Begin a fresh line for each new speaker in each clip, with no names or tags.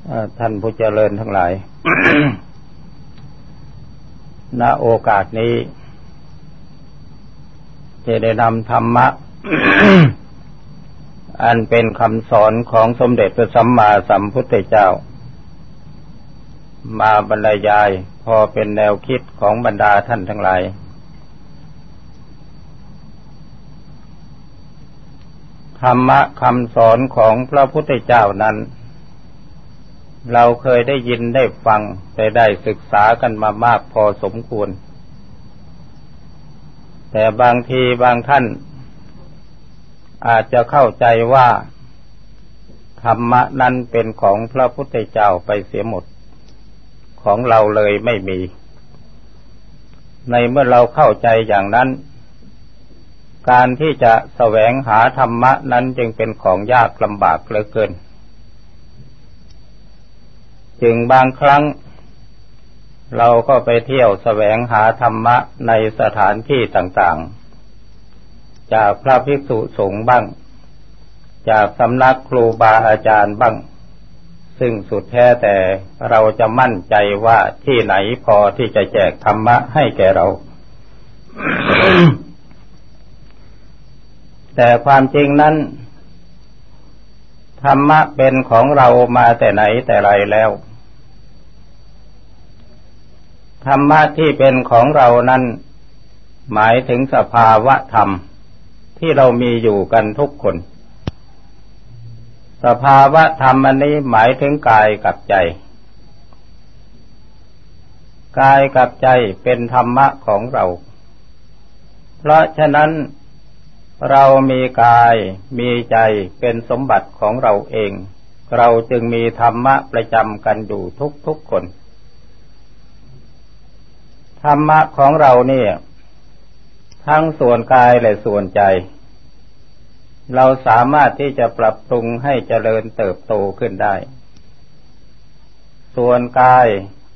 ท่านผู้เจริญทั้งหลาย ณ โอกาสนี้จะได้นำธรรมะ อันเป็นคำสอนของสมเด็จพระสัมมาสัมพุทธเจ้ามาบรรยายพอเป็นแนวคิดของบรรดาท่านทั้งหลายธรรมะคำสอนของพระพุทธเจ้านั้นเราเคยได้ยินได้ฟังได้ศึกษากันมามากพอสมควรแต่บางทีบางท่านอาจจะเข้าใจว่าธรรมะนั้นเป็นของพระพุทธเจ้าไปเสียหมดของเราเลยไม่มีในเมื่อเราเข้าใจอย่างนั้นการที่จะแสวงหาธรรมะนั้นจึงเป็นของยากลำบากเหลือเกินจึงบางครั้งเราก็ไปเที่ยวแสวงหาธรรมะในสถานที่ต่างๆจากพระภิกษุสงฆ์บ้างจากสำนักครูบาอาจารย์บ้างซึ่งสุดแท้แต่เราจะมั่นใจว่าที่ไหนพอที่จะแจกธรรมะให้แก่เรา แต่ความจริงนั้นธรรมะเป็นของเรามาแต่ไหนแต่ไรแล้วธรรมะที่เป็นของเรานั้นหมายถึงสภาวะธรรมที่เรามีอยู่กันทุกคนสภาวะธรรมอันนี้หมายถึงกายกับใจกายกับใจเป็นธรรมะของเราเพราะฉะนั้นเรามีกายมีใจเป็นสมบัติของเราเองเราจึงมีธรรมะประจำกันอยู่ทุกๆคนธรรมะของเราเนี่ยทั้งส่วนกายและส่วนใจเราสามารถที่จะปรับปรุงให้เจริญเติบโตขึ้นได้ส่วนกาย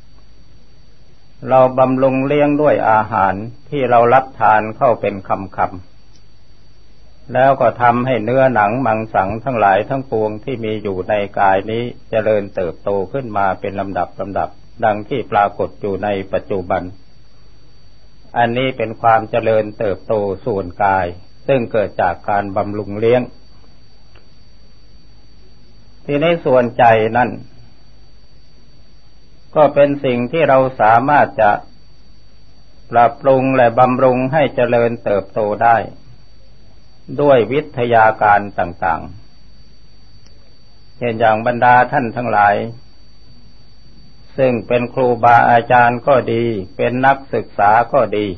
เราบำรุงเลี้ยงด้วยอาหารที่เรารับทานเข้าเป็นคำแล้วก็ทำให้เนื้อหนังมังสังทั้งหลายทั้งปวงที่มีอยู่ในกายนี้เจริญเติบโตขึ้นมาเป็นลำดับดังที่ปรากฏอยู่ในปัจจุบันอันนี้เป็นความเจริญเติบโตส่วนกายซึ่งเกิดจากการบำรุงเลี้ยงที่ในส่วนใจนั่นก็เป็นสิ่งที่เราสามารถจะปรับปรุงและบำรุงให้เจริญเติบโตได้ด้วยวิทยาการต่างๆเช่นอย่างบรรดาท่านทั้งหลายซึ่งเป็นครูบาอาจารย์ก็ดีเป็นนักศึกษาก็ดี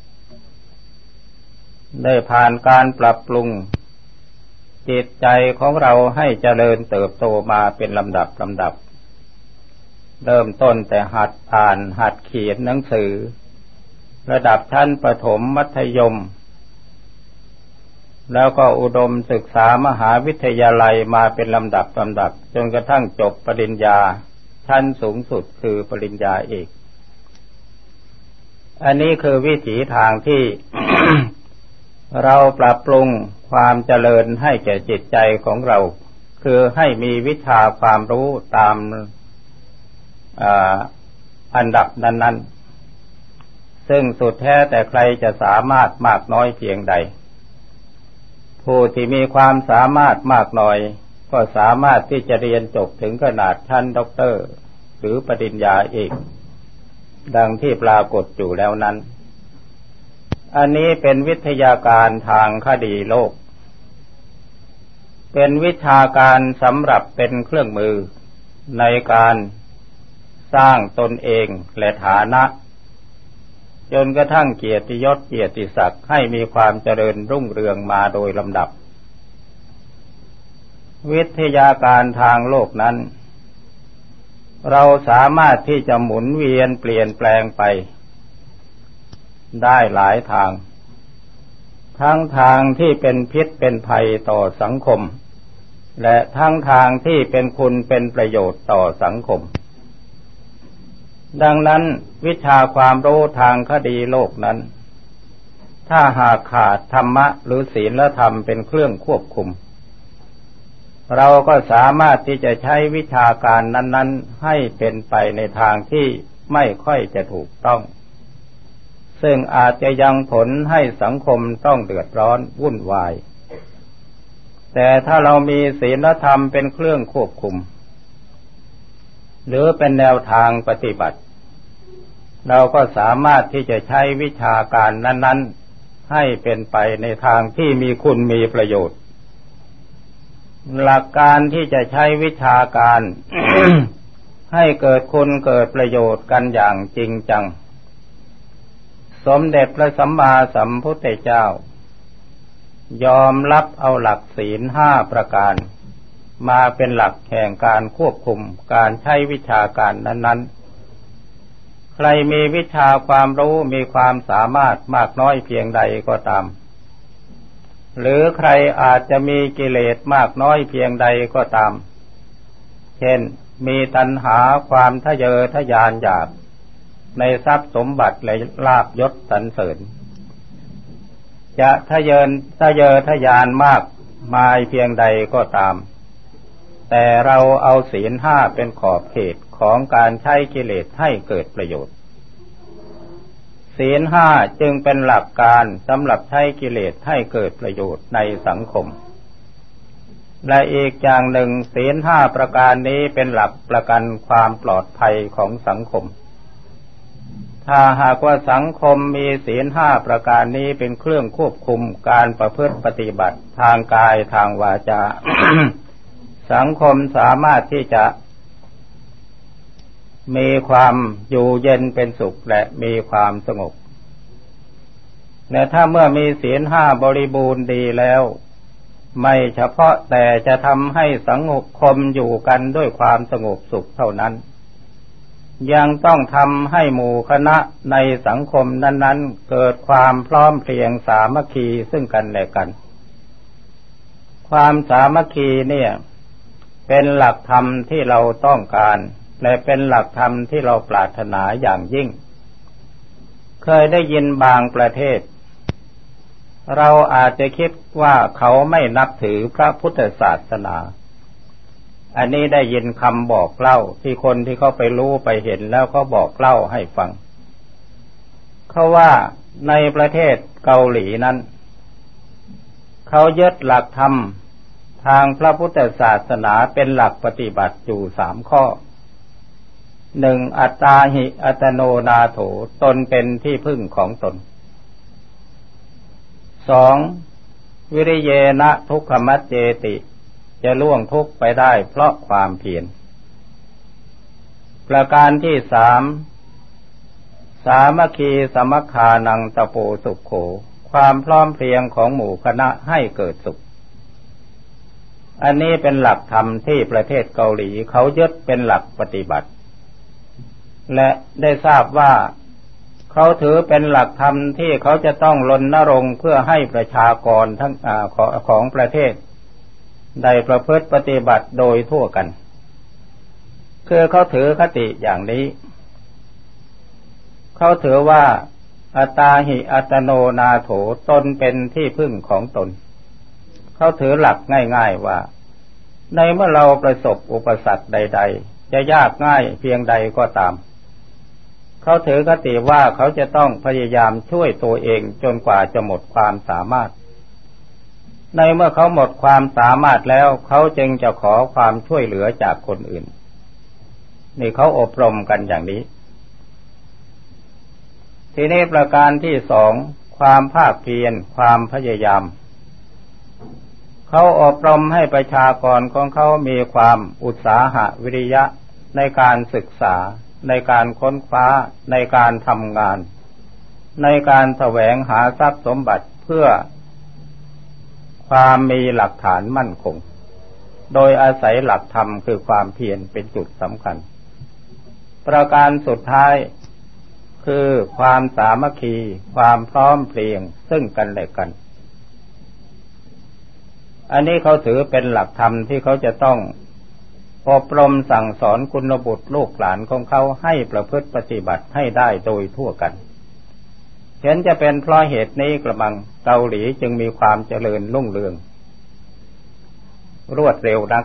ได้ผ่านการปรับปรุงจิตใจของเราให้เจริญเติบโตมาเป็นลำดับเริ่มต้นแต่หัดอ่านหัดเขียนหนังสือระดับชั้นประถมมัธยมแล้วก็อุดมศึกษามหาวิทยาลัยมาเป็นลำดับจนกระทั่งจบปริญญาชั้นสูงสุดคือปริญญาเอกอันนี้คือวิถีทางที่ เราปรับปรุงความเจริญให้แก่จิตใจของเราคือให้มีวิชาความรู้ตามอันดับนั้นๆซึ่งสุดแท้แต่ใครจะสามารถมากน้อยเพียงใดผู้ที่มีความสามารถมากน้อยก็สามารถที่จะเรียนจบถึงขนาดชั้นด็อกเตอร์หรือปริญญาเอกดังที่ปรากฏอยู่แล้วนั้นอันนี้เป็นวิทยาการทางคดีโลกเป็นวิชาการสำหรับเป็นเครื่องมือในการสร้างตนเองและฐานะจนกระทั่งเกียรติยศเกียรติศักดิ์ให้มีความเจริญรุ่งเรืองมาโดยลำดับวิทยาการทางโลกนั้นเราสามารถที่จะหมุนเวียนเปลี่ยนแปลงไปได้หลายทางทั้งทางที่เป็นพิษเป็นภัยต่อสังคมและทั้งทางที่เป็นคุณเป็นประโยชน์ต่อสังคมดังนั้นวิชาความรู้ทางคดีโลกนั้นถ้าหากขาดธรรมะหรือศีลธรรมเป็นเครื่องควบคุมเราก็สามารถที่จะใช้วิชาการนั้นๆให้เป็นไปในทางที่ไม่ค่อยจะถูกต้องซึ่งอาจจะยังผลให้สังคมต้องเดือดร้อนวุ่นวายแต่ถ้าเรามีศีลธรรมเป็นเครื่องควบคุมหรือเป็นแนวทางปฏิบัติเราก็สามารถที่จะใช้วิชาการนั้นๆให้เป็นไปในทางที่มีคุณมีประโยชน์หลักการที่จะใช้วิชาการ ให้เกิดคุณเกิดประโยชน์กันอย่างจริงจังสมเด็จพระสัมมาสัมพุทธเจ้ายอมรับเอาหลักศีล5ประการมาเป็นหลักแห่งการควบคุมการใช้วิชาการนั้นๆใครมีวิชาความรู้มีความสามารถมากน้อยเพียงใดก็ตามหรือใครอาจจะมีกิเลสมากน้อยเพียงใดก็ตามเช่นมีตัณหาความทะเยอทะยานอยากในทรัพย์สมบัติและลาภยศสรรเสริญจะทะเยอทะยานมากมายเพียงใดก็ตามแต่เราเอาศีล5เป็นขอบเขตของการใช้กิเลสให้เกิดประโยชน์ศีล5จึงเป็นหลักการสำหรับใช้กิเลสให้เกิดประโยชน์ในสังคมและอีกอย่างหนึ่งศีล5ประการนี้เป็นหลักประกันความปลอดภัยของสังคมถ้าหากว่าสังคมมีศีล5ประการนี้เป็นเครื่องควบคุมการประพฤติปฏิบัติทางกายทางวาจา สังคมสามารถที่จะมีความอยู่เย็นเป็นสุขและมีความสงบและถ้าเมื่อมีศีล5บริบูรณ์ดีแล้วไม่เฉพาะแต่จะทำให้สังคมอยู่กันด้วยความสงบสุขเท่านั้นยังต้องทำให้หมู่คณะในสังคมนั้นๆเกิดความพร้อมเพรียงสามัคคีซึ่งกันและกันความสามัคคีเนี่ยเป็นหลักธรรมที่เราต้องการและเป็นหลักธรรมที่เราปรารถนาอย่างยิ่งเคยได้ยินบางประเทศเราอาจจะคิดว่าเขาไม่นับถือพระพุทธศาสนาอันนี้ได้ยินคำบอกเล่าที่คนที่เขาไปรู้ไปเห็นแล้วเขาบอกเล่าให้ฟังเขาว่าในประเทศเกาหลีนั้นเขายึดหลักธรรมทางพระพุทธศาสนาเป็นหลักปฏิบัติอยู่3ข้อ1อัตตาหิอัตโนนาโถตนเป็นที่พึ่งของตน2วิริเยนะทุกขมัจเจติจะล่วงทุกข์ไปได้เพราะความเพียรประการที่3สามัคคีสมัคคานังตะโปสุขโขความพร้อมเพรียงของหมู่คณะให้เกิดสุขอันนี้เป็นหลักธรรมที่ประเทศเกาหลีเขายึดเป็นหลักปฏิบัติและได้ทราบว่าเขาถือเป็นหลักธรรมที่เขาจะต้องรณรงค์เพื่อให้ประชากรทั้งของประเทศได้ประพฤติปฏิบัติโดยทั่วกันคือเขาถือคติอย่างนี้เขาถือว่าอัตตาหิอัตโนนาโถตนเป็นที่พึ่งของตนเขาถือหลักง่ายๆว่าในเมื่อเราประสบอุปสรรคใดๆจะยากง่ายเพียงใดก็ตามเขาถือคติว่าเขาจะต้องพยายามช่วยตัวเองจนกว่าจะหมดความสามารถในเมื่อเขาหมดความสามารถแล้วเขาจึงจะขอความช่วยเหลือจากคนอื่นนี่เขาอบรมกันอย่างนี้ทีนี้ประการที่2ความภาคเพียรความพยายามเขาอบรมให้ประชากรของเขามีความอุตสาหะวิริยะในการศึกษาในการค้นคว้าในการทำงานในการแสวงหาทรัพย์สมบัติเพื่อความมีหลักฐานมั่นคงโดยอาศัยหลักธรรมคือความเพียรเป็นจุดสำคัญประการสุดท้ายคือความสามัคคีความพร้อมเพรียงซึ่งกันและกันอันนี้เขาถือเป็นหลักธรรมที่เขาจะต้องอบรมสั่งสอนกุลบุตรลูกหลานของเขาให้ประพฤติปฏิบัติให้ได้โดยทั่วกันเห็นจะเป็นเพราะเหตุนี้กระมังเกาหลีจึงมีความเจริญรุ่งเรืองรวดเร็วนัก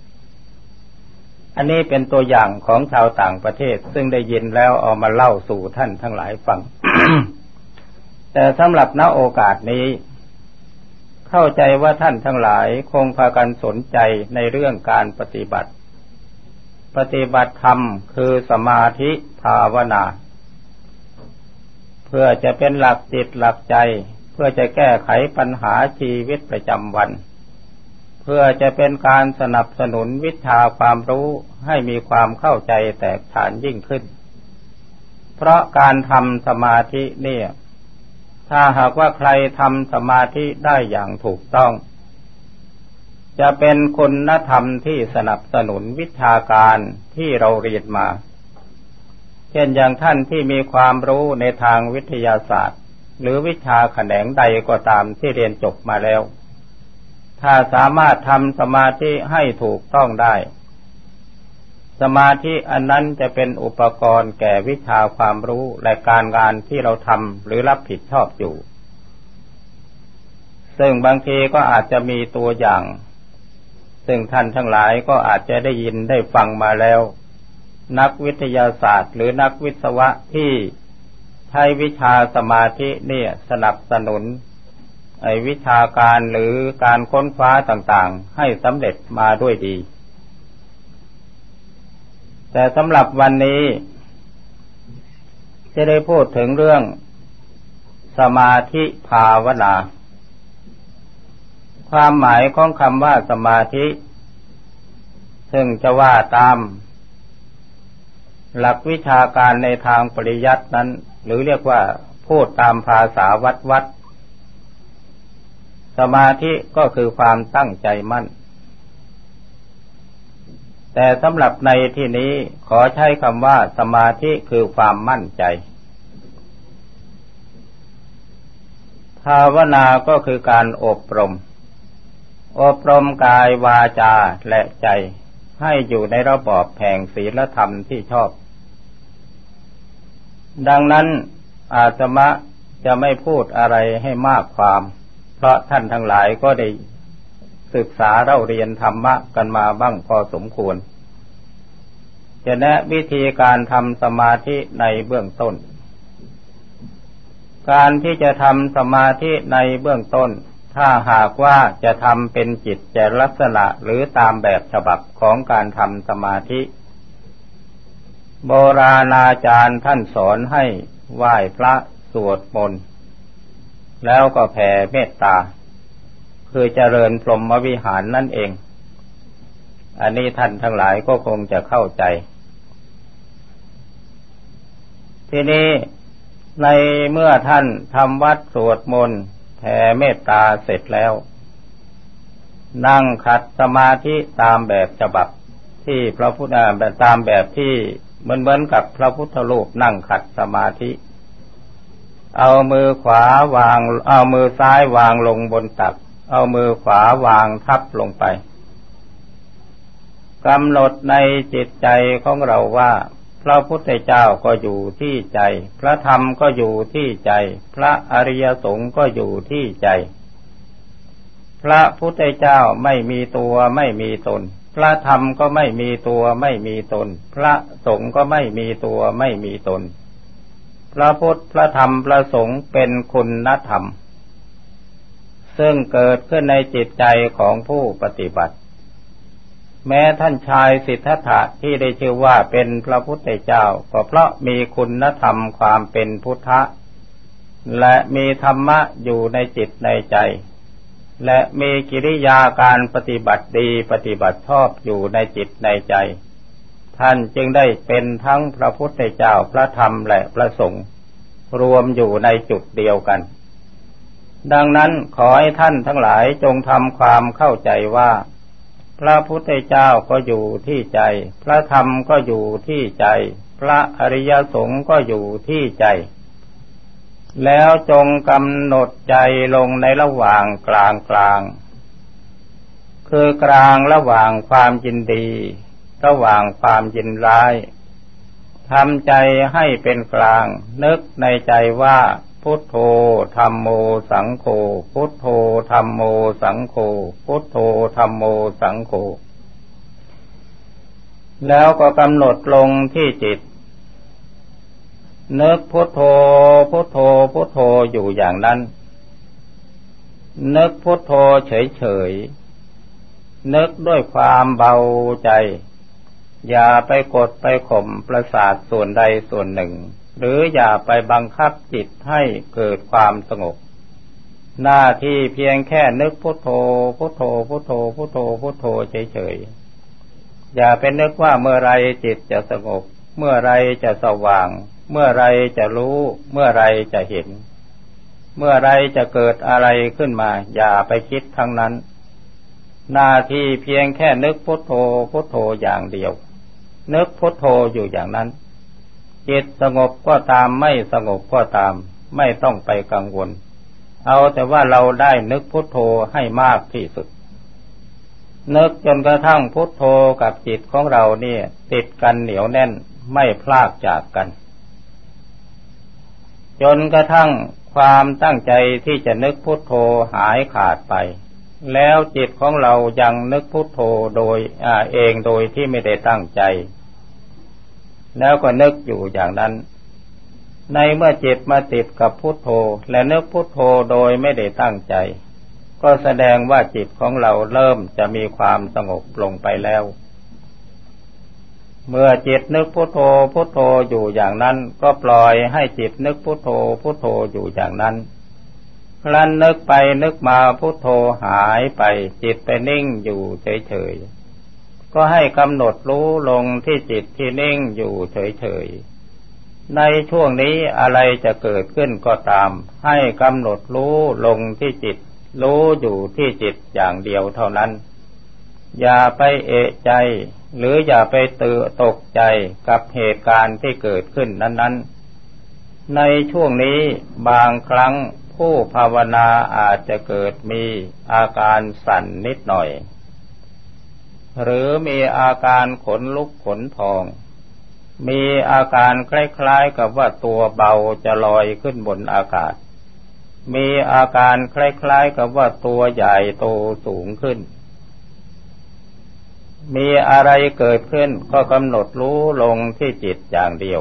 อันนี้เป็นตัวอย่างของชาวต่างประเทศซึ่งได้ยินแล้วเอามาเล่าสู่ท่านทั้งหลายฟัง แต่สำหรับณโอกาสนี้เข้าใจว่าท่านทั้งหลายคงพากันสนใจในเรื่องการปฏิบัติธรรมคือสมาธิภาวนาเพื่อจะเป็นหลักจิตหลักใจเพื่อจะแก้ไขปัญหาชีวิตประจำวันเพื่อจะเป็นการสนับสนุนวิชาความรู้ให้มีความเข้าใจแตกฉานยิ่งขึ้นเพราะการทำสมาธิเนี่ยถ้าหากว่าใครทำสมาธิได้อย่างถูกต้องจะเป็นคุณธรรมที่สนับสนุนวิชาการที่เราเรียนมาเช่นอย่างท่านที่มีความรู้ในทางวิทยาศาสตร์หรือวิชาแขนงใดก็ตามที่เรียนจบมาแล้วถ้าสามารถทำสมาธิให้ถูกต้องได้สมาธิอันนั้นจะเป็นอุปกรณ์แก่วิชาความรู้และการงานที่เราทำหรือรับผิดชอบอยู่ซึ่งบางทีก็อาจจะมีตัวอย่างซึ่งท่านทั้งหลายก็อาจจะได้ยินได้ฟังมาแล้วนักวิทยาศาสตร์หรือนักวิศวะที่ใช้วิชาสมาธิเนี่ยสนับสนุนวิชาการหรือการค้นคว้าต่างๆให้สำเร็จมาด้วยดีแต่สำหรับวันนี้จะได้พูดถึงเรื่องสมาธิภาวนาความหมายของคำว่าสมาธิซึ่งจะว่าตามหลักวิชาการในทางปริยัตินั้นหรือเรียกว่าพูดตามภาษาวัดสมาธิก็คือความตั้งใจมั่นแต่สำหรับในที่นี้ขอใช้คำว่าสมาธิคือความมั่นใจภาวนาก็คือการอบรมกายวาจาและใจให้อยู่ในระบอบแห่งศีลธรรมที่ชอบดังนั้นอาตมาจะไม่พูดอะไรให้มากความเพราะท่านทั้งหลายก็ได้ศึกษาเล่าเรียนธรรมะกันมาบ้างพอสมควรจะแนะวิธีการทำสมาธิในเบื้องต้นการที่จะทำสมาธิในเบื้องต้นถ้าหากว่าจะทำเป็นกิจลักษณะหรือตามแบบฉบับของการทำสมาธิโบราณอาจารย์ท่านสอนให้ไหว้พระสวดมนต์แล้วก็แผ่เมตตาคือเจริญพรหมวิหารนั่นเองอันนี้ท่านทั้งหลายก็คงจะเข้าใจทีนี้ในเมื่อท่านทำวัดสวดมนต์แผ่เมตตาเสร็จแล้วนั่งขัดสมาธิตามแบบฉบับที่พระพุทธตามแบบที่เหมือนกับพระพุทธรูปนั่งขัดสมาธิเอามือขวาวางเอามือซ้ายวางลงบนตักเอามือขวาวางทับลงไปกำหนดในจิตใจของเราว่าพระพุทธเจ้าก็อยู่ที่ใจพระธรรมก็อยู่ที่ใจพระอริยสงฆ์ก็อยู่ที่ใจพระพุทธเจ้าไม่มีตัวไม่มีตนพระธรรมก็ไม่มีตัวไม่มีตนพระสงฆ์ก็ไม่มีตัวไม่มีตนพระพุทธพระธรรมพระสงฆ์เป็นคุณธรรมซึ่งเกิดขึ้นในจิตใจของผู้ปฏิบัติแม้ท่านชายสิทธัตถะที่ได้ชื่อว่าเป็นพระพุทธเจ้าก็เพราะมีคุณธรรมความเป็นพุทธะและมีธรรมะอยู่ในจิตในใจและมีกิริยาการปฏิบัติดีปฏิบัติชอบอยู่ในจิตในใจท่านจึงได้เป็นทั้งพระพุทธเจ้าพระธรรมและพระสงฆ์รวมอยู่ในจุดเดียวกันดังนั้นขอให้ท่านทั้งหลายจงทำความเข้าใจว่าพระพุทธเจ้าก็อยู่ที่ใจพระธรรมก็อยู่ที่ใจพระอริยสงฆ์ก็อยู่ที่ใจแล้วจงกำหนดใจลงในระหว่างกลางคือกลางระหว่างความยินดีระหว่างความยินร้ายทำใจให้เป็นกลางนึกในใจว่าพุทโธธัมโมสังโฆพุทโธธัมโมสังโฆพุทโธธัมโมสังโฆแล้วก็กำหนดลงที่จิตนึกพุทโธพุทโธพุทโธอยู่อย่างนั้นนึกพุทโธเฉยๆนึกด้วยความเบาใจอย่าไปกดไปข่มประสาทส่วนใดส่วนหนึ่งหรืออย่าไปบังคับจิตให้เกิดความสงบหน้าที่เพียงแค่นึกพุทโธพุทโธพุทโธพุทโธพุทโธเฉยๆอย่าไปนึกว่าเมื่อไรจิตจะสงบเมื่อไรจะสว่างเมื่อไรจะรู้เมื่อไรจะเห็นเมื่อไรจะเกิดอะไรขึ้นมาอย่าไปคิดทั้งนั้นหน้าที่เพียงแค่นึกพุทโธพุทโธอย่างเดียวนึกพุทโธอยู่อย่างนั้นจิตสงบก็ตามไม่สงบก็ตามไม่ต้องไปกังวลเอาแต่ว่าเราได้นึกพุทโธให้มากที่สุดนึกจนกระทั่งพุทโธกับจิตของเราเนี่ยติดกันเหนียวแน่นไม่พลากจากกันจนกระทั่งความตั้งใจที่จะนึกพุทโธหายขาดไปแล้วจิตของเรายังนึกพุทโธโดยเองโดยที่ไม่ได้ตั้งใจแล้วก็นึกอยู่อย่างนั้นในเมื่อจิตมาติดกับพุทโธและนึกพุทโธโดยไม่ได้ตั้งใจก็แสดงว่าจิตของเราเริ่มจะมีความสงบลงไปแล้วเมื่อจิตนึกพุทโธพุทโธอยู่อย่างนั้นก็ปล่อยให้จิตนึกพุทโธพุทโธอยู่อย่างนั้นครั้นนึกไปนึกมาพุทโธหายไปจิตไปนิ่งอยู่เฉยๆก็ให้กำหนดรู้ลงที่จิตที่นิ่งอยู่เฉยๆในช่วงนี้อะไรจะเกิดขึ้นก็ตามให้กำหนดรู้ลงที่จิตรู้อยู่ที่จิตอย่างเดียวเท่านั้นอย่าไปเอะใจหรืออย่าไปตกใจกับเหตุการณ์ที่เกิดขึ้นนั้นๆในช่วงนี้บางครั้งผู้ภาวนาอาจจะเกิดมีอาการสั่นนิดหน่อยหรือมีอาการขนลุกขนพองมีอาการคล้ายๆกับว่าตัวเบาจะลอยขึ้นบนอากาศมีอาการคล้ายๆกับว่าตัวใหญ่โตสูงขึ้นมีอะไรเกิดขึ้นก็กำหนดรู้ลงที่จิตอย่างเดียว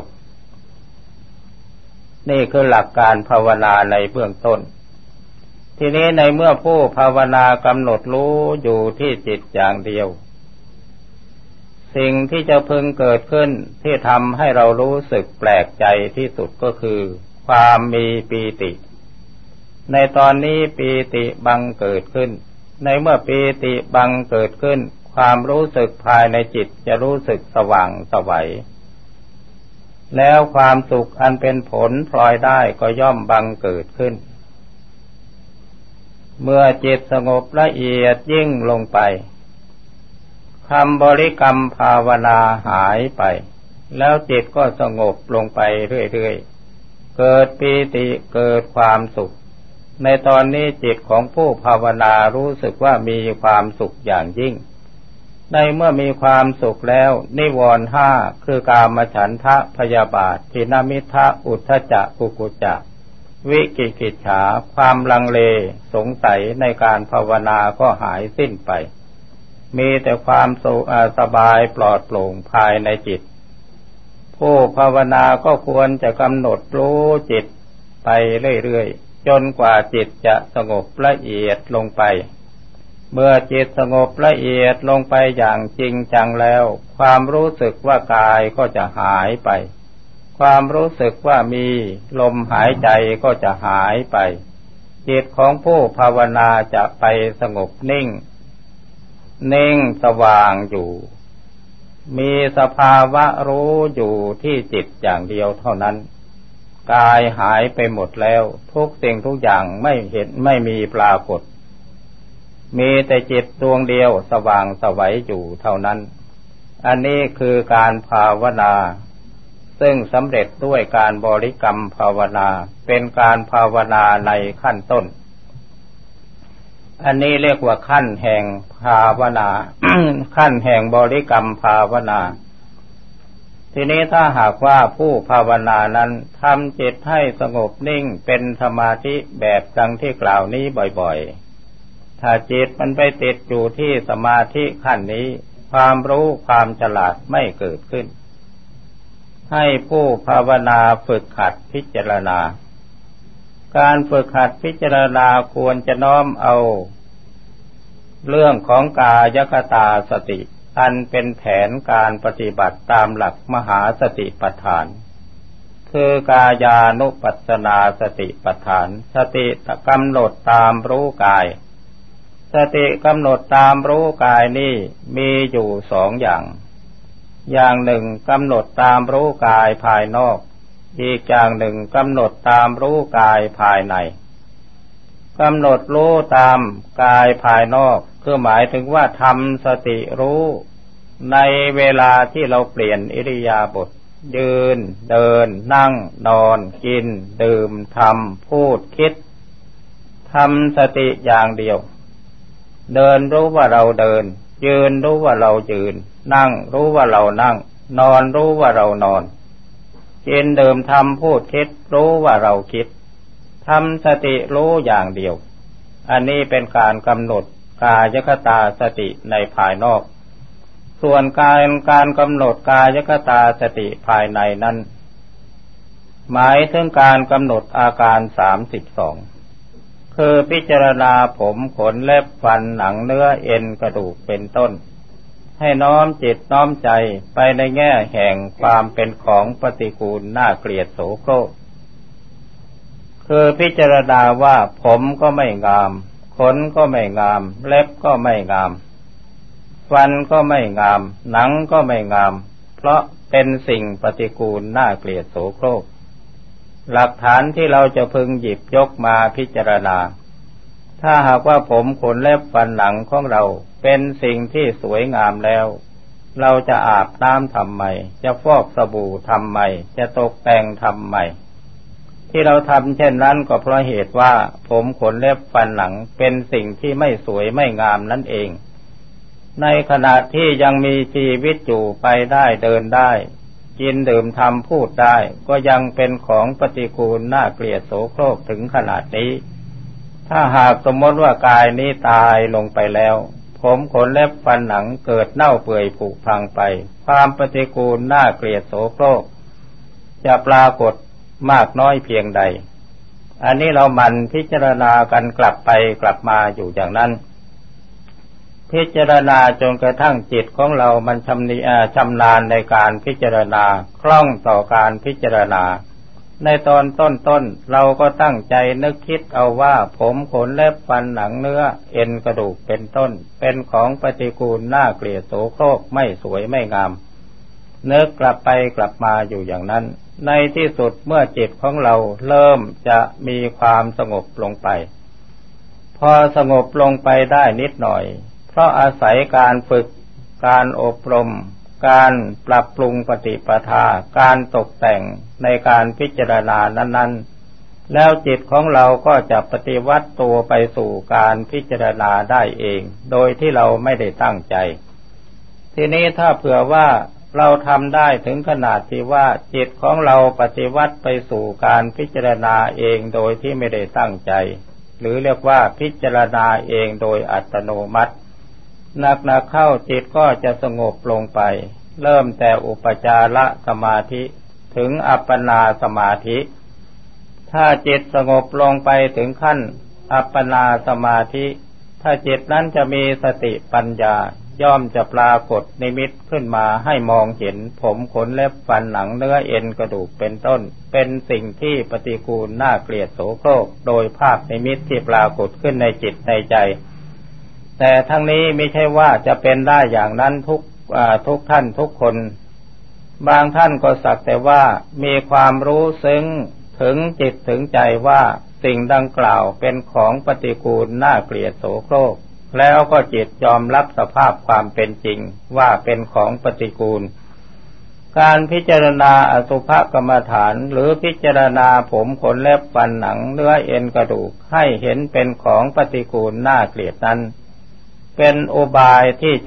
นี่คือหลักการภาวนาในเบื้องต้นทีนี้ในเมื่อผู้ภาวนากำหนดรู้อยู่ที่จิตอย่างเดียวสิ่งที่จะพึงเกิดขึ้นที่ทำให้เรารู้สึกแปลกใจที่สุดก็คือความมีปีติในตอนนี้ปีติบังเกิดขึ้นในเมื่อปีติบังเกิดขึ้นความรู้สึกภายในจิตจะรู้สึกสว่างไสวแล้วความสุขอันเป็นผลพลอยได้ก็ย่อมบังเกิดขึ้นเมื่อจิตสงบละเอียดยิ่งลงไปคำบริกรรมภาวนาหายไปแล้วจิตก็สงบลงไปเรื่อยๆเกิดปีติเกิดความสุขในตอนนี้จิตของผู้ภาวนารู้สึกว่ามีความสุขอย่างยิ่งในเมื่อมีความสุขแล้วนิวรณ์ห้าคือกามฉันทะพยาบาททิฏฐิมิทธะอุทธัจจะกุกุจจะวิกิกิจฉาความลังเลสงสัยในการภาวนาก็หายสิ้นไปมีแต่ความสบายปลอดโปร่งภายในจิตผู้ภาวนาก็ควรจะกำหนดรู้จิตไปเรื่อยๆจนกว่าจิตจะสงบละเอียดลงไปเมื่อจิตสงบละเอียดลงไปอย่างจริงจังแล้วความรู้สึกว่ากายก็จะหายไปความรู้สึกว่ามีลมหายใจก็จะหายไปจิตของผู้ภาวนาจะไปสงบนิ่งสว่างอยู่มีสภาวะรู้อยู่ที่จิตอย่างเดียวเท่านั้นกายหายไปหมดแล้วทุกสิ่งทุกอย่างไม่เห็นไม่มีปรากฏมีแต่จิตดวงเดียวสว่างไสวอยู่เท่านั้นอันนี้คือการภาวนาซึ่งสำเร็จด้วยการบริกรรมภาวนาเป็นการภาวนาในขั้นต้นอันนี้เรียกว่าขั้นแห่งภาวนา ขั้นแห่งบริกรรมภาวนาทีนี้ถ้าหากว่าผู้ภาวนานั้นทำจิตให้สงบนิ่งเป็นสมาธิแบบดังที่กล่าวนี้บ่อยๆถ้าจิตมันไปติดอยู่ที่สมาธิขั้นนี้ความรู้ความฉลาดไม่เกิดขึ้นให้ผู้ภาวนาฝึกหัดพิจารณาการฝึกหัดพิจารณาควรจะน้อมเอาเรื่องของกายคตาสติอันเป็นแผนการปฏิบัติตามหลักมหาสติปัฏฐานคือกายานุปัสสนาสติปัฏฐานสติกำหนดตามรู้กายสติกำหนดตามรู้กายนี่มีอยู่สองอย่างหนึ่งกำหนดตามรู้กายภายนอกอีกอย่างหนึ่งกำหนดตามรู้กายภายในกำหนดรู้ตามกายภายนอกคือหมายถึงว่าทำสติรู้ในเวลาที่เราเปลี่ยนอิริยาบถยืนเดินนั่งนอนกินดื่มทำพูดคิดทำสติอย่างเดียวเดินรู้ว่าเราเดินยืนรู้ว่าเรายืนนั่งรู้ว่าเรานั่งนอนรู้ว่าเรานอนกินดื่มทำพูดคิดรู้ว่าเราคิดทำสติรู้อย่างเดียวอันนี้เป็นการกำหนดกายคตาสติในภายนอกส่วนการกำหนดกายคตาสติภายในนั้นหมายถึงการกำหนดอาการ32คือพิจารณาผมขนเล็บฟันหนังเนื้อเอ็นกระดูกเป็นต้นให้น้อมจิตน้อมใจไปในแง่แห่งความเป็นของปฏิกูลน่าเกลียดโสโครกคือพิจารณาว่าผมก็ไม่งามขนก็ไม่งามเล็บก็ไม่งามฟันก็ไม่งามหนังก็ไม่งามเพราะเป็นสิ่งปฏิกูลน่าเกลียดโสโครกหลักฐานที่เราจะพึงหยิบยกมาพิจารณาถ้าหากว่าผมขนเล็บฟันหนังของเราเป็นสิ่งที่สวยงามแล้วเราจะอาบน้ำทำไมจะฟอกสบู่ทำไมจะตกแต่งทำไมที่เราทำเช่นนั้นก็เพราะเหตุว่าผมขนเล็บฟันหนังเป็นสิ่งที่ไม่สวยไม่งามนั่นเองในขณะที่ยังมีชีวิตอยู่ไปได้เดินได้กินดื่มทำพูดได้ก็ยังเป็นของปฏิกูลน่าเกลียดโสโครกถึงขนาดนี้ถ้าหากสมมติว่ากายนี้ตายลงไปแล้วผมขนเล็บฟันหนังเกิดเน่าเปื่อยผุพังไปความปฏิกูลน่าเกลียดโสโครกจะปรากฏมากน้อยเพียงใดอันนี้เราหมั่นพิจารณากันกลับไปกลับมาอยู่อย่างนั้นพิจารณาจนกระทั่งจิตของเรามันชำนาญในการพิจารณาคล่องต่อการพิจารณาในตอนต้นเราก็ตั้งใจนึกคิดเอาว่าผมขนเล็บฟันหนังเนื้อเอ็นกระดูกเป็นต้นเป็นของปฏิกูลน่าเกลียดโสโครกไม่สวยไม่งามนึกกลับไปกลับมาอยู่อย่างนั้นในที่สุดเมื่อจิตของเราเริ่มจะมีความสงบลงไปพอสงบลงไปได้นิดหน่อยเพราะอาศัยการฝึกการอบรมการปรับปรุงปฏิปทาการตกแต่งในการพิจารณานั้นๆแล้วจิตของเราก็จะปฏิวัติตัวไปสู่การพิจารณาได้เองโดยที่เราไม่ได้ตั้งใจทีนี้ถ้าเผื่อว่าเราทำได้ถึงขนาดที่ว่าจิตของเราปฏิวัติไปสู่การพิจารณาเองโดยที่ไม่ได้ตั้งใจหรือเรียกว่าพิจารณาเองโดยอัตโนมัติหนักๆเข้าจิตก็จะสงบลงไปเริ่มแต่อุปจารสมาธิถึงอัปปนาสมาธิถ้าจิตสงบลงไปถึงขั้นอัปปนาสมาธิถ้าจิตนั้นจะมีสติปัญญาย่อมจะปรากฏนิมิตขึ้นมาให้มองเห็นผมขนเล็บฟันหนังเนื้อเอ็นกระดูกเป็นต้นเป็นสิ่งที่ปฏิกูลน่าเกลียดโสโครกโดยภาพนิมิตที่ปรากฏขึ้นในจิตในใจแต่ทั้งนี้ไม่ใช่ว่าจะเป็นได้อย่างนั้นทุกท่านทุกคนบางท่านก็สักแต่ว่ามีความรู้ซึ้งถึงจิตถึงใจว่าสิ่งดังกล่าวเป็นของปฏิกูลน่าเกลียดโสโครกแล้วก็จิตยอมรับสภาพความเป็นจริงว่าเป็นของปฏิกูลการพิจารณาอสุภกรรมฐานหรือพิจารณาผมขนเล็บฟันหนังเนื้อเอ็นกระดูกให้เห็นเป็นของปฏิกูลน่าเกลียดนั้นเป็นอุบายที่จะ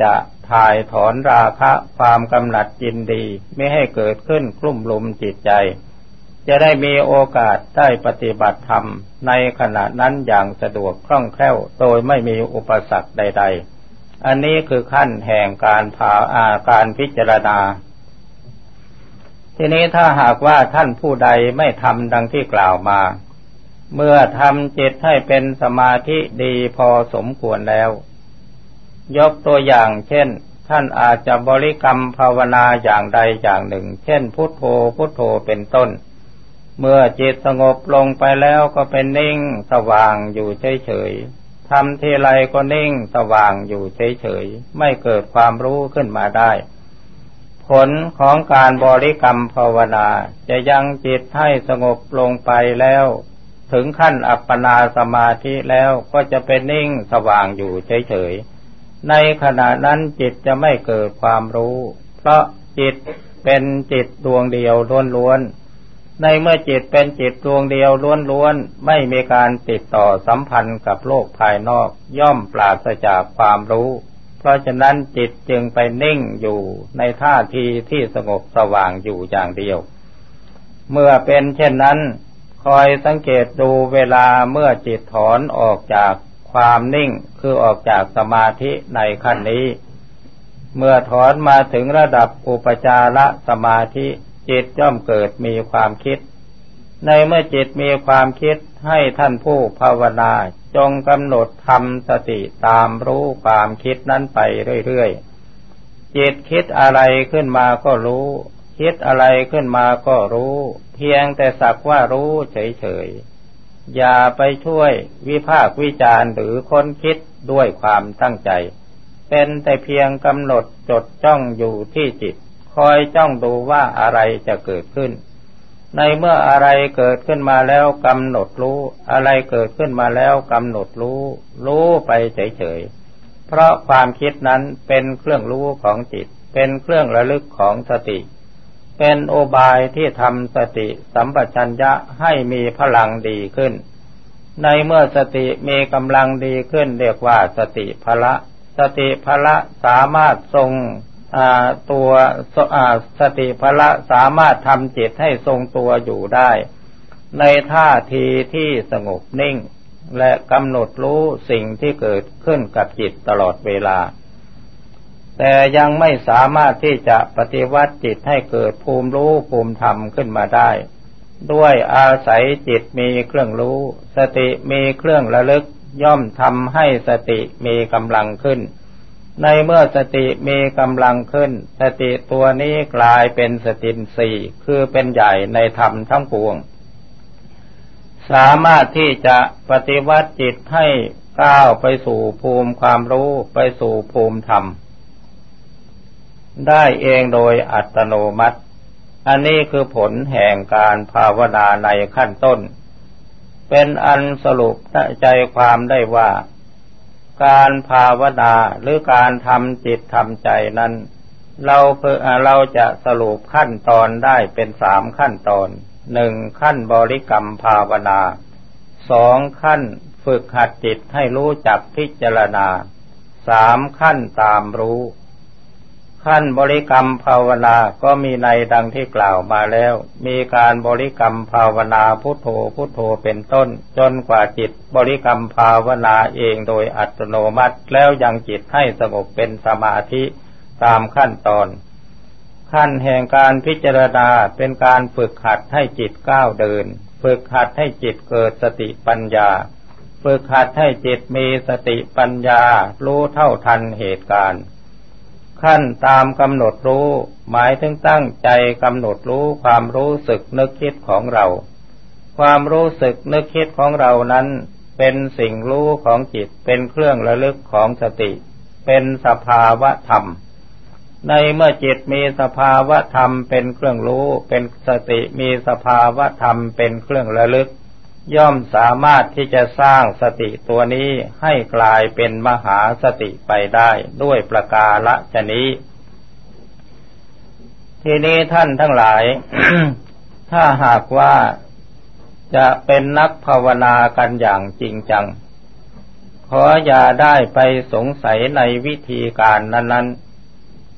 ถ่ายถอนราคะความกำหนัดยินดีไม่ให้เกิดขึ้นคลุ่มลุมจิตใจจะได้มีโอกาสได้ปฏิบัติธรรมในขณะนั้นอย่างสะดวกคล่องแคล่วโดยไม่มีอุปสรรคใดๆอันนี้คือขั้นแห่งการพิจารณาทีนี้ถ้าหากว่าท่านผู้ใดไม่ทำดังที่กล่าวมาเมื่อทำจิตให้เป็นสมาธิดีพอสมควรแล้วยกตัวอย่างเช่นท่านอาจจะบริกรรมภาวนาอย่างใดอย่างหนึ่งเช่นพุทโธพุทโธเป็นต้นเมื่อจิตสงบลงไปแล้วก็เป็นนิ่งสว่างอยู่เฉยๆทำทีไรก็นิ่งสว่างอยู่เฉยๆไม่เกิดความรู้ขึ้นมาได้ผลของการบริกรรมภาวนาจะยังจิตให้สงบลงไปแล้วถึงขั้นอัปปนาสมาธิแล้วก็จะเป็นนิ่งสว่างอยู่เฉยๆในขณะนั้นจิตจะไม่เกิดความรู้เพราะจิตเป็นจิตดวงเดียวล้วนๆในเมื่อจิตเป็นจิตดวงเดียวล้วนๆไม่มีการติดต่อสัมพันธ์กับโลกภายนอกย่อมปราศจากความรู้เพราะฉะนั้นจิตจึงไปนิ่งอยู่ในท่าทีที่สงบสว่างอยู่อย่างเดียวเมื่อเป็นเช่นนั้นคอยสังเกตดูเวลาเมื่อจิตถอนออกจากความนิ่งคือออกจากสมาธิในขั้นนี้เมื่อถอนมาถึงระดับอุปจารสมาธิจิตย่อมเกิดมีความคิดในเมื่อจิตมีความคิดให้ท่านผู้ภาวนาจงกำหนดทำสติตามรู้ความคิดนั้นไปเรื่อยๆจิตคิดอะไรขึ้นมาก็รู้คิดอะไรขึ้นมาก็รู้เพียงแต่สักว่ารู้เฉยๆอย่าไปช่วยวิพากษ์วิจารณ์หรือค้นคิดด้วยความตั้งใจเป็นแต่เพียงกำหนดจดจ้องอยู่ที่จิตคอยจ้องดูว่าอะไรจะเกิดขึ้นในเมื่ออะไรเกิดขึ้นมาแล้วกำหนดรู้อะไรเกิดขึ้นมาแล้วกำหนดรู้ไปเฉยๆเพราะความคิดนั้นเป็นเครื่องรู้ของจิตเป็นเครื่องระลึกของสติเป็นอุบายที่ทำสติสัมปชัญญะให้มีพลังดีขึ้นในเมื่อสติมีกำลังดีขึ้นเรียกว่าสติพละสติพละสามารถทรงสติพละสามารถทำจิตให้ทรงตัวอยู่ได้ในท่าทีที่สงบนิ่งและกำหนดรู้สิ่งที่เกิดขึ้นกับจิตตลอดเวลาแต่ยังไม่สามารถที่จะปฏิวัติจิตให้เกิดภูมิรู้ภูมิธรรมขึ้นมาได้ด้วยอาศัยจิตมีเครื่องรู้สติมีเครื่องระลึกย่อมทำให้สติมีกำลังขึ้นในเมื่อสติมีกำลังขึ้นสติตัวนี้กลายเป็นสติอินทรีย์คือเป็นใหญ่ในธรรมทั้งปวงสามารถที่จะปฏิวัติจิตให้ก้าวไปสู่ภูมิความรู้ไปสู่ภูมิธรรมได้เองโดยอัตโนมัติอันนี้คือผลแห่งการภาวนาในขั้นต้นเป็นอันสรุปใจความได้ว่าการภาวนาหรือการทำจิตทำใจนั้นเราจะสรุปขั้นตอนได้เป็น3ขั้นตอน1ขั้นบริกรรมภาวนา2ขั้นฝึกหัดจิตให้รู้จักพิจารณา3ขั้นตามรู้ขั้นบริกรรมภาวนาก็มีในดังที่กล่าวมาแล้วมีการบริกรรมภาวนาพุทโธพุทโธเป็นต้นจนกว่าจิตบริกรรมภาวนาเองโดยอัตโนมัติแล้วยังจิตให้สงบเป็นสมาธิตามขั้นตอนขั้นแห่งการพิจารณาเป็นการฝึกหัดให้จิตก้าวเดินฝึกหัดให้จิตเกิดสติปัญญาฝึกหัดให้จิตมีสติปัญญารู้เท่าทันเหตุการณ์ขั้นตามกำหนดรู้หมายถึงตั้งใจกำหนดรู้ความรู้สึกนึกคิดของเราความรู้สึกนึกคิดของเรานั้นเป็นสิ่งรู้ของจิตเป็นเครื่องระลึกของสติเป็นสภาวะธรรมในเมื่อจิตมีสภาวะธรรมเป็นเครื่องรู้เป็นสติมีสภาวะธรรมเป็นเครื่องระลึกย่อมสามารถที่จะสร้างสติตัวนี้ให้กลายเป็นมหาสติไปได้ด้วยประการฉะนี้ทีนี้ท่านทั้งหลาย ถ้าหากว่าจะเป็นนักภาวนากันอย่างจริงจังขออย่าได้ไปสงสัยในวิธีการนั้น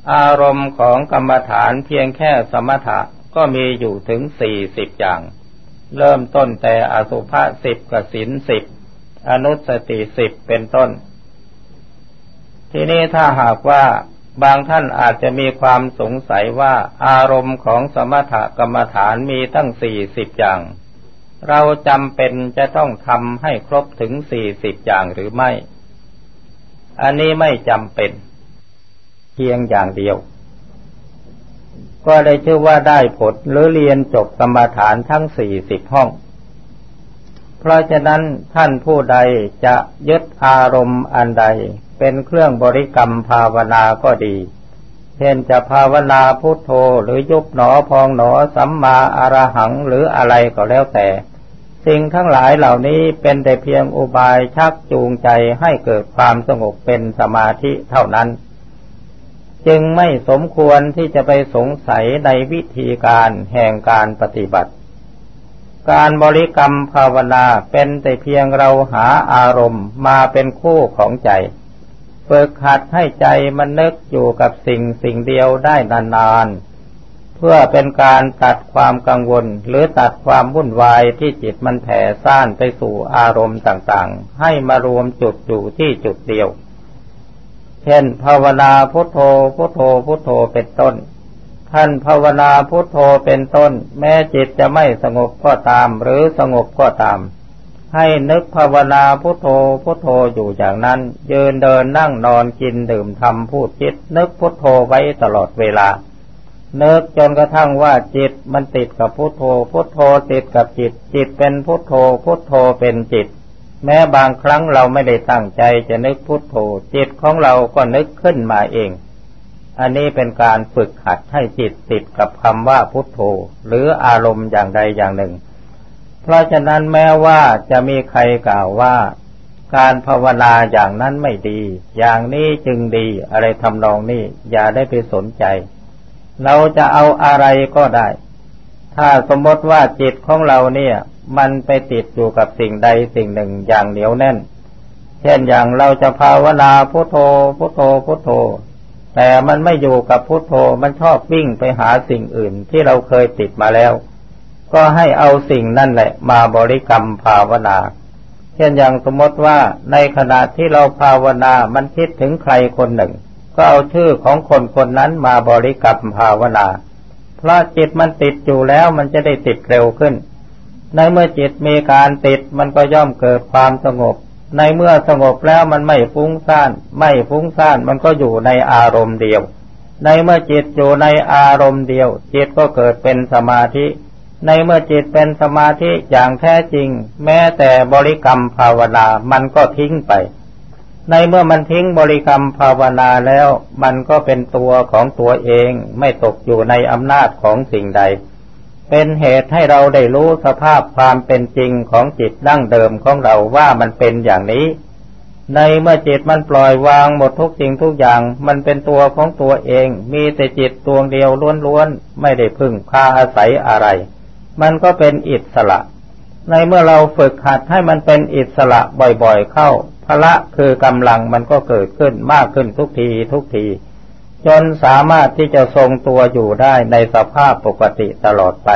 อารมณ์ของกรรมฐานเพียงแค่สมถะก็มีอยู่ถึง40อย่างเริ่มต้นแต่อสุภะ10กสิณ10อนุสติ10เป็นต้นทีนี้ถ้าหากว่าบางท่านอาจจะมีความสงสัยว่าอารมณ์ของสมถกรรมฐานมีตั้ง40อย่างเราจำเป็นจะต้องทำให้ครบถึง40อย่างหรือไม่อันนี้ไม่จำเป็นเพียงอย่างเดียวก็ได้ชื่อว่าได้ผลหรือเรียนจบกรรมฐานทั้ง40ห้องเพราะฉะนั้นท่านผู้ใดจะยึดอารมณ์อันใดเป็นเครื่องบริกรรมภาวนาก็ดีเช่นจะภาวนาพุทโธหรือยุบหนอพองหนอสัมมาอรหังหรืออะไรก็แล้วแต่สิ่งทั้งหลายเหล่านี้เป็นแต่เพียงอุบายชักจูงใจให้เกิดความสงบเป็นสมาธิเท่านั้นจึงไม่สมควรที่จะไปสงสัยในวิธีการแห่งการปฏิบัติการบริกรรมภาวนาเป็นแต่เพียงเราหาอารมณ์มาเป็นคู่ของใจฝึกหัดให้ใจมันนึกอยู่กับสิ่งเดียวได้นานๆเพื่อเป็นการตัดความกังวลหรือตัดความวุ่นวายที่จิตมันแผ่ซ่านไปสู่อารมณ์ต่างๆให้มารวมจุดอยู่ที่จุดเดียวเช่นภาวนาพุทโธพุทโธพุทโธเป็นต้นท่านภาวนาพุทโธเป็นต้นแม้จิตจะไม่สงบก็ตามหรือสงบก็ตามให้นึกภาวนาพุทโธพุทโธอยู่อย่างนั้นยืนเดินนั่งนอนกินดื่มทำพูดคิดนึกพุทโธไว้ตลอดเวลานึกจนกระทั่งว่าจิตมันติดกับพุทโธพุทโธติดกับจิตจิตเป็นพุทโธพุทโธเป็นจิตแม้บางครั้งเราไม่ได้ตั้งใจจะนึกพุทโธจิตของเราก็นึกขึ้นมาเองอันนี้เป็นการฝึกหัดให้จิตติดกับคำว่าพุทโธหรืออารมณ์อย่างใดอย่างหนึ่งเพราะฉะนั้นแม้ว่าจะมีใครกล่าวว่าการภาวนาอย่างนั้นไม่ดีอย่างนี้จึงดีอะไรทำนองนี้อย่าได้ไปสนใจเราจะเอาอะไรก็ได้ถ้าสมมติว่าจิตของเราเนี่ยมันไปติดอยู่กับสิ่งใดสิ่งหนึ่งอย่างเหนียวแน่นเช่นอย่างเราจะภาวนาพุทโธพุทโธพุทโธแต่มันไม่อยู่กับพุทโธมันชอบวิ่งไปหาสิ่งอื่นที่เราเคยติดมาแล้วก็ให้เอาสิ่งนั่นแหละมาบริกรรมภาวนาเช่นอย่างสมมติว่าในขณะที่เราภาวนามันคิดถึงใครคนหนึ่งก็เอาชื่อของคนคนนั้นมาบริกรรมภาวนาเพราะจิตมันติดอยู่แล้วมันจะได้ติดเร็วขึ้นในเมื่อจิตมีการติดมันก็ย่อมเกิดความสงบในเมื่อสงบแล้วมันไม่ฟุ้งซ่านมันก็อยู่ในอารมณ์เดียวในเมื่อจิตอยู่ในอารมณ์เดียวจิตก็เกิดเป็นสมาธิในเมื่อจิตเป็นสมาธิอย่างแท้จริงแม้แต่บริกรรมภาวนามันก็ทิ้งไปในเมื่อมันทิ้งบริกรรมภาวนาแล้วมันก็เป็นตัวของตัวเองไม่ตกอยู่ในอำนาจของสิ่งใดเป็นเหตุให้เราได้รู้สภาพความเป็นจริงของจิตดั้งเดิมของเราว่ามันเป็นอย่างนี้ในเมื่อจิตมันปล่อยวางหมดทุกสิ่งทุกอย่างมันเป็นตัวของตัวเองมีแต่จิตดวงเดียวล้วนๆไม่ได้พึ่งพาอาศัยอะไรมันก็เป็นอิสระในเมื่อเราฝึกหัดให้มันเป็นอิสระบ่อยๆเข้าพละคือกำลังมันก็เกิดขึ้นมากขึ้นทุกทีจนสามารถที่จะทรงตัวอยู่ได้ในสภาพปกติตลอดไป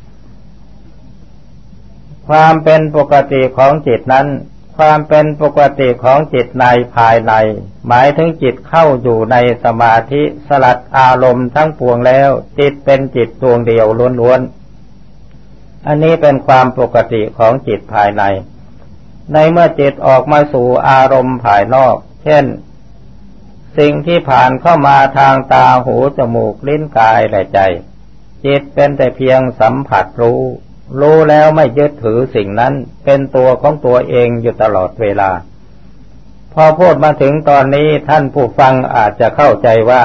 ความเป็นปกติของจิตนั้นความเป็นปกติของจิตในภายในหมายถึงจิตเข้าอยู่ในสมาธิสลัดอารมณ์ทั้งปวงแล้วจิตเป็นจิตดวงเดียวล้วนๆอันนี้เป็นความปกติของจิตภายในในเมื่อจิตออกมาสู่อารมณ์ภายนอกเช่นสิ่งที่ผ่านเข้ามาทางตาหูจมูกลิ้นกายและใจจิตเป็นแต่เพียงสัมผัสรู้แล้วไม่ยึดถือสิ่งนั้นเป็นตัวของตัวเองอยู่ตลอดเวลาพอพูดมาถึงตอนนี้ท่านผู้ฟังอาจจะเข้าใจว่า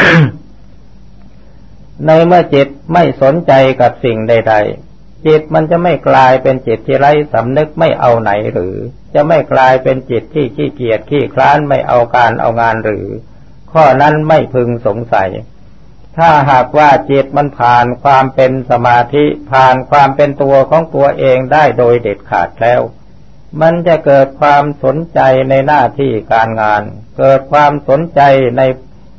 ในเมื่อจิตไม่สนใจกับสิ่งใดๆจิตมันจะไม่กลายเป็นจิตที่ไร้สำนึกไม่เอาไหนหรือจะไม่กลายเป็นจิตที่ขี้เกียจขี้คร้านไม่เอาการเอางานหรือข้อนั้นไม่พึงสงสัยถ้าหากว่าจิตมันผ่านความเป็นสมาธิผ่านความเป็นตัวของตัวเองได้โดยเด็ดขาดแล้วมันจะเกิดความสนใจในหน้าที่การงานเกิดความสนใจใน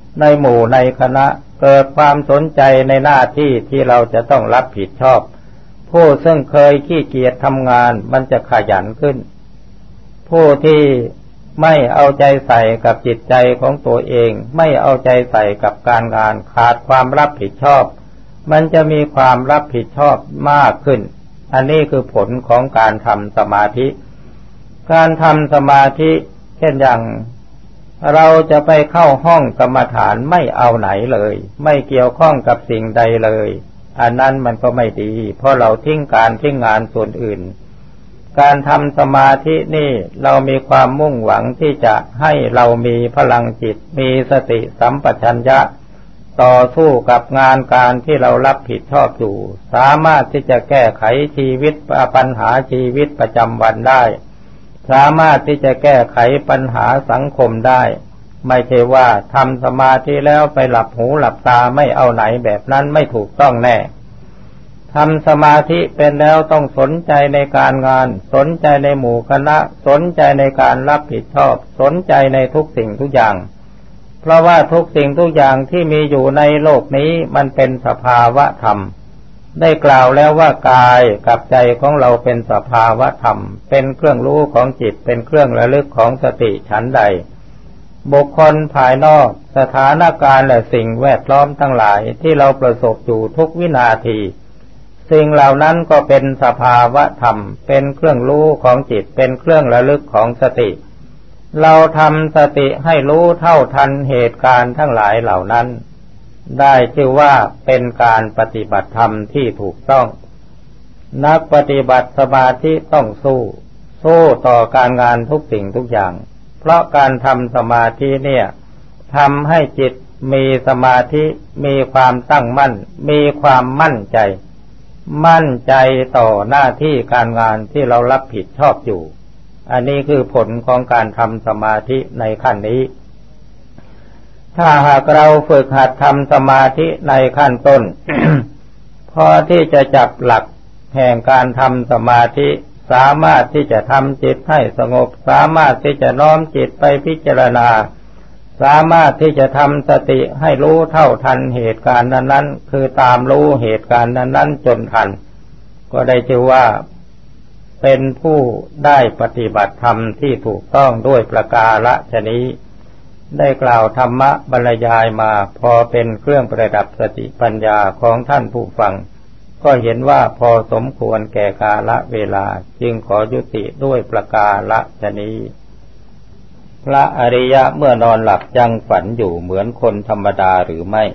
ในหมู่ในคณะเกิดความสนใจในหน้าที่ที่เราจะต้องรับผิดชอบผู้ซึ่งเคยขี้เกียจทำงานมันจะขยันขึ้นผู้ที่ไม่เอาใจใส่กับจิตใจของตัวเองไม่เอาใจใส่กับการงานขาดความรับผิดชอบมันจะมีความรับผิดชอบมากขึ้นอันนี้คือผลของการทำสมาธิการทำสมาธิเช่นอย่างเราจะไปเข้าห้องกรรมฐานไม่เอาไหนเลยไม่เกี่ยวข้องกับสิ่งใดเลยอันนั้นมันก็ไม่ดีเพราะเราทิ้งงานส่วนอื่นการทำสมาธินี่เรามีความมุ่งหวังที่จะให้เรามีพลังจิตมีสติสัมปชัญญะต่อสู้กับงานการที่เรารับผิดชอบอยู่สามารถที่จะแก้ไขชีวิตปัญหาชีวิตประจำวันได้สามารถที่จะแก้ไขปัญหาสังคมได้ไม่ใช่ว่าทำสมาธิแล้วไปหลับหูหลับตาไม่เอาไหนแบบนั้นไม่ถูกต้องแน่ทำสมาธิเป็นแล้วต้องสนใจในการงานสนใจในหมู่คณะสนใจในการรับผิดชอบสนใจในทุกสิ่งทุกอย่างเพราะว่าทุกสิ่งทุกอย่างที่มีอยู่ในโลกนี้มันเป็นสภาวะธรรมได้กล่าวแล้วว่ากายกับใจของเราเป็นสภาวะธรรมเป็นเครื่องรู้ของจิตเป็นเครื่องระลึกของสติฉันใดบุคคลภายนอกสถานการณ์และสิ่งแวดล้อมทั้งหลายที่เราประสบอยู่ทุกวินาทีสิ่งเหล่านั้นก็เป็นสภาวะธรรมเป็นเครื่องรู้ของจิตเป็นเครื่องระลึกของสติเราทำสติให้รู้เท่าทันเหตุการณ์ทั้งหลายเหล่านั้นได้ชื่อว่าเป็นการปฏิบัติธรรมที่ถูกต้องนักปฏิบัติสมาธิต้องสู้ต่อการงานทุกสิ่งทุกอย่างเพราะการทำสมาธิเนี่ยทำให้จิตมีสมาธิมีความตั้งมั่นมีความมั่นใจต่อหน้าที่การงานที่เรารับผิดชอบอยู่อันนี้คือผลของการทำสมาธิในขั้นนี้ถ้าหากเราฝึกหัดทำสมาธิในขั้นต้น พอที่จะจับหลักแห่งการทำสมาธิสามารถที่จะทำจิตให้สงบสามารถที่จะน้อมจิตไปพิจารณาสามารถที่จะทำสติให้รู้เท่าทันเหตุการณ์นั้นๆคือตามรู้เหตุการณ์นั้นๆจนทันก็ได้ชื่อว่าเป็นผู้ได้ปฏิบัติธรรมที่ถูกต้องด้วยประการฉนี้ได้กล่าวธรรมะบรรยายมาพอเป็นเครื่องประดับสติปัญญาของท่านผู้ฟังก็เห็นว่าพอสมควรแก่กาลเวลาจึงขอยุติด้วยประการฉนี้พระอริยะเมื่อนอนหลับยังฝันอยู่เหมือนคนธรรมดาหรือไม่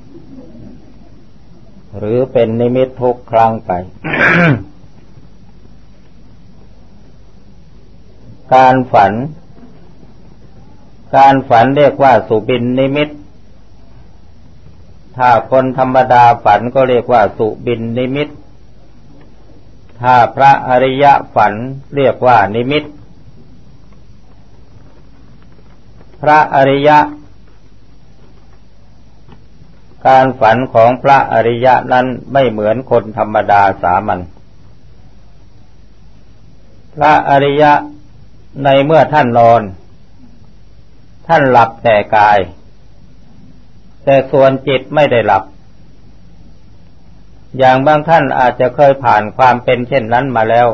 หรือเป็นนิมิตทุกครั้งไป การฝันเรียกว่าสุบินนิมิตถ้าคนธรรมดาฝันก็เรียกว่าสุบินนิมิตถ้าพระอริยะฝันเรียกว่านิมิตพระอริยะการฝันของพระอริยะนั้นไม่เหมือนคนธรรมดาสามัญพระอริยะในเมื่อท่านนอนท่านหลับแต่กายแต่ส่วนจิตไม่ได้หลับอย่างบางท่านอาจจะเคยผ่านความเป็นเช่นนั้นมาแล้ว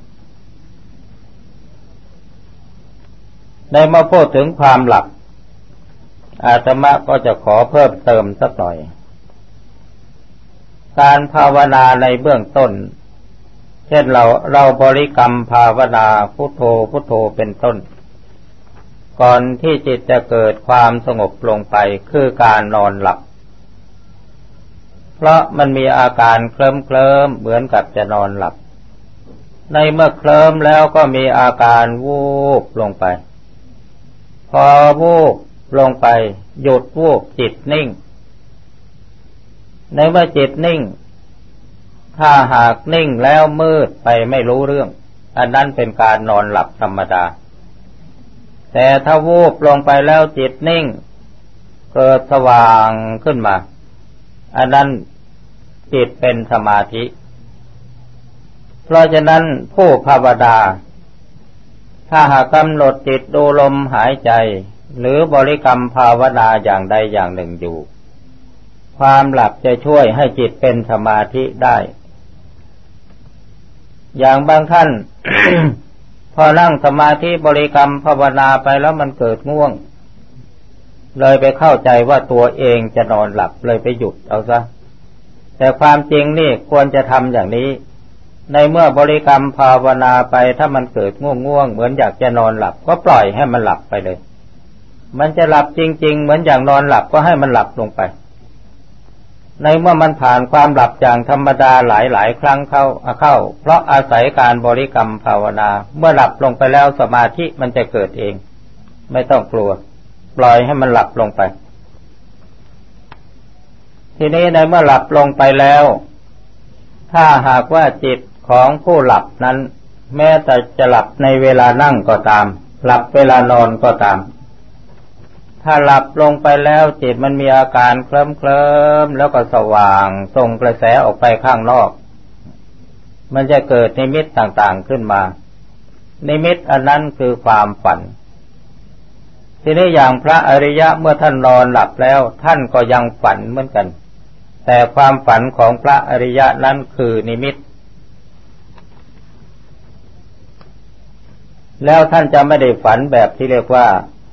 ในเมื่อพูดถึงความหลับอาตมาก็จะขอเพิ่มเติมสักหน่อยการภาวนาในเบื้องต้นเช่นเราบริกรรมภาวนาพุทโธพุทโธเป็นต้นก่อนที่จิตจะเกิดความสงบลงไปคือการนอนหลับเพราะมันมีอาการเคลิ้มเหมือนกับจะนอนหลับในเมื่อเคลิ้มแล้วก็มีอาการวูบลงไปพอวูบลงไปหยุดวูบจิตนิ่งในเมื่อจิตนิ่งถ้าหากนิ่งแล้วมืดไปไม่รู้เรื่องอันนั้นเป็นการนอนหลับธรรมดาแต่ถ้าวูบลงไปแล้วจิตนิ่งเกิดสว่างขึ้นมาอันนั้นจิตเป็นสมาธิเพราะฉะนั้นผู้ภาวนาถ้าหากกำหนดจิตดูลมหายใจหรือบริกรรมภาวนาอย่างใดอย่างหนึ่งอยู่ความหลับจะช่วยให้จิตเป็นสมาธิได้อย่างบางท่าน พอนั่งสมาธิบริกรรมภาวนาไปแล้วมันเกิดง่วงเลยไปเข้าใจว่าตัวเองจะนอนหลับเลยไปหยุดเอาซะแต่ความจริงนี่ควรจะทำอย่างนี้ในเมื่อบริกรรมภาวนาไปถ้ามันเกิดง่วงเหมือนอยากจะนอนหลับก็ปล่อยให้มันหลับไปเลยมันจะหลับจริงๆเหมือนอย่างนอนหลับก็ให้มันหลับลงไปในเมื่อมันผ่านความหลับอย่างธรรมดาหลายๆครั้งเข้าเพราะอาศัยการบริกรรมภาวนาเมื่อหลับลงไปแล้วสมาธิมันจะเกิดเองไม่ต้องกลัวปล่อยให้มันหลับลงไปทีนี้ในเมื่อหลับลงไปแล้วถ้าหากว่าจิตของผู้หลับนั้นแม้แต่จะหลับในเวลานั่งก็ตามหลับเวลานอนก็ตามถ้าหลับลงไปแล้วจิตมันมีอาการเคลิ้มๆแล้วก็สว่างส่งกระแสออกไปข้างนอกมันจะเกิดนิมิตต่างๆขึ้นมานิมิตอันนั้นคือความฝันทีนี้อย่างพระอริยะเมื่อท่านนอนหลับแล้วท่านก็ยังฝันเหมือนกันแต่ความฝันของพระอริยะนั้นคือนิมิตแล้วท่านจะไม่ได้ฝันแบบที่เรียกว่า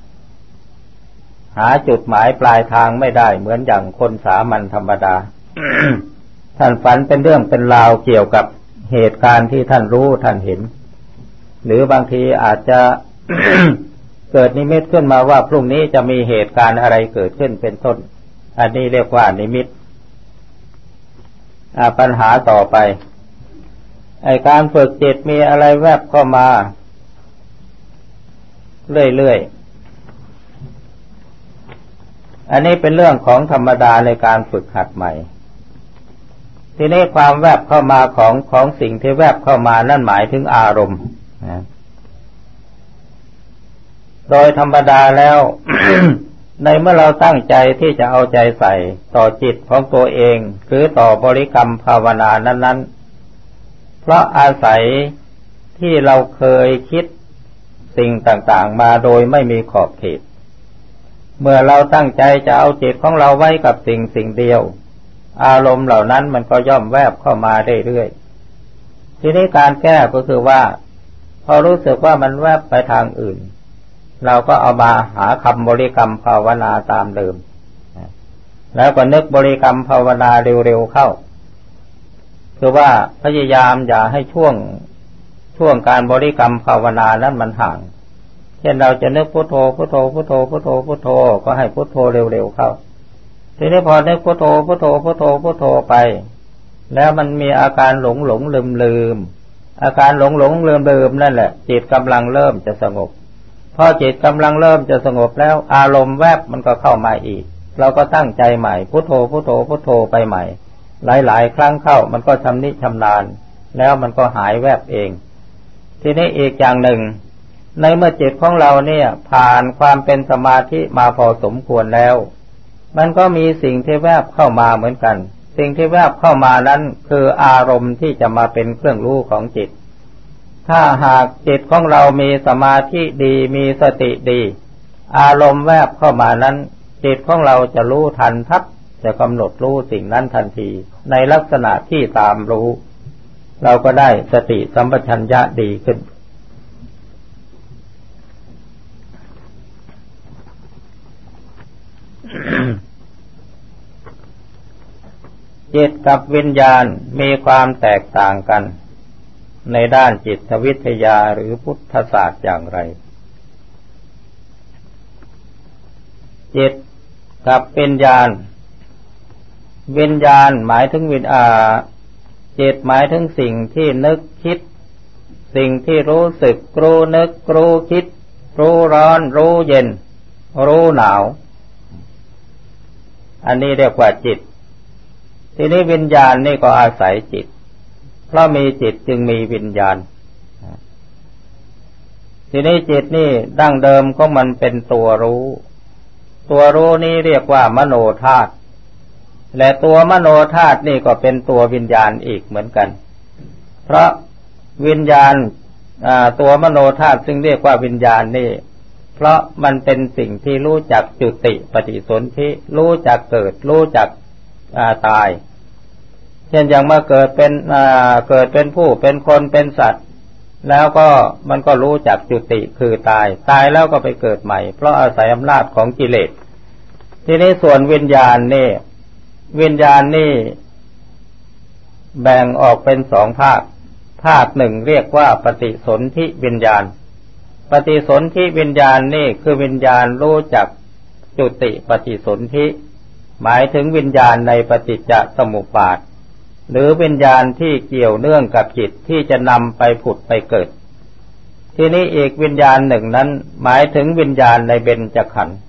หาจุดหมายปลายทางไม่ได้เหมือนอย่างคนสามัญธรรมดา ท่านฝันเป็นเรื่องเป็นราวเกี่ยวกับเหตุการณ์ที่ท่านรู้ท่านเห็นหรือบางทีอาจจะ เกิดนิมิตขึ้นมาว่าพรุ่งนี้จะมีเหตุการณ์อะไรเกิดขึ้นเป็นต้นอันนี้เรียกว่านิมิตปัญหาต่อไปการฝึกจิตมีอะไรแวบเข้ามาเรื่อยๆอันนี้เป็นเรื่องของธรรมดาในการฝึกหัดใหม่ทีนี้ความแวบเข้ามาของสิ่งที่แวบเข้ามานั่นหมายถึงอารมณ์นะโดยธรรมดาแล้ว ในเมื่อเราตั้งใจที่จะเอาใจใส่ต่อจิตของตัวเองหรือต่อบริกรรมภาวนานั้นๆเพราะอาศัยที่เราเคยคิดสิ่งต่างๆมาโดยไม่มีขอบเขตเมื่อเราตั้งใจจะเอาจิตของเราไว้กับสิ่งเดียวอารมณ์เหล่านั้นมันก็ย่อมแวบเข้ามาเรื่อยๆทีนี้การแก้ก็คือว่าพอรู้สึกว่ามันแวบไปทางอื่นเราก็เอามาหาคำบริกรรมภาวนาตามเดิมแล้วก็นึกบริกรรมภาวนาเร็วๆเข้าคือว่าพยายามอย่าให้ช่วงการบริกรรมภาวนานั้นมันห่างเช่นเราจะนึกพุทโธพุทโธพุทโธพุทโธพุทโธก็ให้พุทโธเร็วๆเข้าทีนี้พอนึกพุทโธพุทโธพุทโธพุทโธไปแล้วมันมีอาการหลงลืมอาการหลงลืมนั่นแหละจิตกำลังเริ่มจะสงบพอจิตกำลังเริ่มจะสงบแล้วอารมณ์แวบมันก็เข้ามาอีกเราก็ตั้งใจใหม่พุทโธพุทโธพุทโธไปใหม่หลายๆครั้งเข้ามันก็ชำนิชำนาญแล้วมันก็หายแวบเองทีนี้อีกอย่างหนึ่งในเมื่อจิตของเราเนี่ยผ่านความเป็นสมาธิมาพอสมควรแล้วมันก็มีสิ่งที่แวบเข้ามาเหมือนกันสิ่งที่แวบเข้ามานั้นคืออารมณ์ที่จะมาเป็นเครื่องรู้ของจิตถ้าหากจิตของเรามีสมาธิดีมีสติดีอารมณ์แวบเข้ามานั้นจิตของเราจะรู้ทันทับจะกำหนดรู้สิ่งนั้นทันทีในลักษณะที่ตามรู้เราก็ได้สติสัมปชัญญะดีขึ้น จิตกับวิญญาณมีความแตกต่างกันในด้านจิตวิทยาหรือพุทธศาสตร์อย่างไรจิตกับวิญญาณหมายถึงจิตหมายถึงสิ่งที่นึกคิดสิ่งที่รู้สึกรู้นึกรู้คิดรู้ร้อนรู้เย็นรู้หนาวอันนี้เรียกว่าจิตทีนี้วิญญาณนี่ก็อาศัยจิตเพราะมีจิตจึงมีวิญญาณทีนี้จิตนี่ดั้งเดิมของมันเป็นตัวรู้นี้เรียกว่ามโนธาตุและตัวมโนธาตุนี่ก็เป็นตัววิญญาณอีกเหมือนกันเพราะวิญญาณตัวมโนธาตุซึ่งเรียกว่าวิญญาณนี่เพราะมันเป็นสิ่งที่รู้จักจุติปฏิสนธิรู้จักเกิดรู้จักตายเช่นอย่างมาเกิดเป็นผู้เป็นคนเป็นสัตว์แล้วก็มันก็รู้จักจุติคือตายแล้วก็ไปเกิดใหม่เพราะอาศัยอำนาจของกิเลสทีนี้ส่วนวิญญาณนี่แบ่งออกเป็นสองภาคหนึ่งเรียกว่าปฏิสนธิวิญญาณปฏิสนธิวิญญาณนี่คือวิญญาณรู้จักจุติปฏิสนธิหมายถึงวิญญาณในปฏิจจสมุปบาทหรือวิญญาณที่เกี่ยวเนื่องกับจิตที่จะนำไปผุดไปเกิดทีนี้อีกวิญญาณหนึ่งนั้นหมายถึงวิญญาณในเบญจขันธ์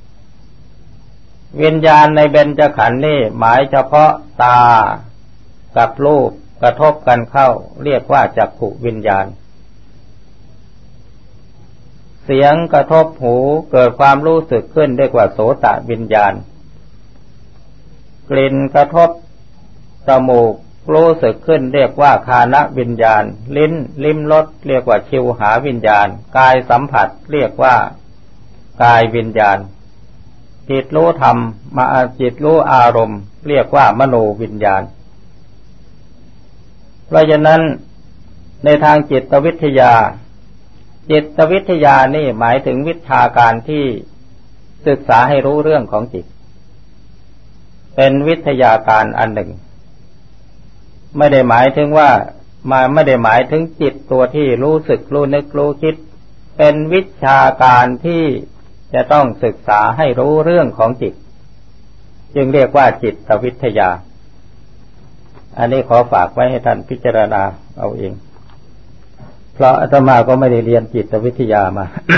วิญญาณในเบญจขันธ์นี่หมายเฉพาะตากับรูปกระทบกันเข้าเรียกว่าจักขุวิญญาณเสียงกระทบหูเกิดความรู้สึกขึ้นเรียกว่าโสตวิญญาณกลิ่นกระทบจมูกรู้สึกขึ้นเรียกว่าคานวิญญาณลิ้มรสเรียกว่าชิวหาวิญญาณกายสัมผัสเรียกว่ากายวิญญาณจิตรู้ธรรมจิตรู้อารมณ์เรียกว่ามโนวิญญาณเพราะฉะนั้นในทางจิตวิทยานี่หมายถึงวิชาการที่ศึกษาให้รู้เรื่องของจิตเป็นวิทยาการอันหนึ่งไม่ได้หมายถึงว่าไม่ได้หมายถึงจิตตัวที่รู้สึกรู้นึกรู้คิดเป็นวิชาการที่จะต้องศึกษาให้รู้เรื่องของจิตจึงเรียกว่าจิตวิทยาอันนี้ขอฝากไว้ให้ท่านพิจารณาเอาเองเพราะอาตมาก็ไม่ได้เรียนจิตวิทยามา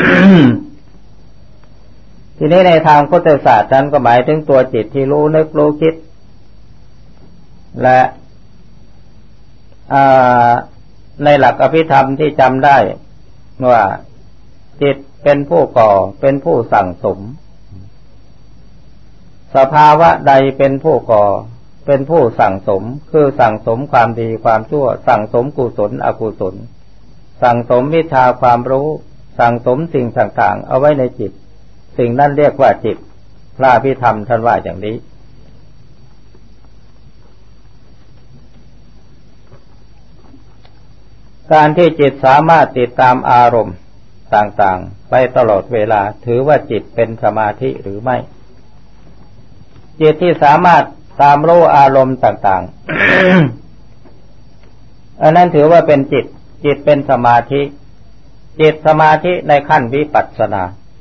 ทีนี้ในทางพุทธศาสตร์นั้นก็หมายถึงตัวจิตที่รู้นึกรู้คิดและในหลักอภิธรรมที่จำได้ว่าจิตเป็นผู้ก่อเป็นผู้สั่งสมสภาวะใดเป็นผู้ก่อเป็นผู้สั่งสมคือสั่งสมความดีความชั่วสั่งสมกุศลอกุศลสั่งสมวิชาความรู้สั่งสมสิ่งต่างๆเอาไว้ในจิตสิ่งนั้นเรียกว่าจิตพระอภิธรรมท่านว่าอย่างนี้การที่จิตสามารถติดตามอารมณ์ต่างๆไปตลอดเวลาถือว่าจิตเป็นสมาธิหรือไม่จิตที่สามารถตามรู้อารมณ์ต่างๆ อันนั้นถือว่าเป็นจิตเป็นสมาธิจิตสมาธิในขั้นวิปัสสนา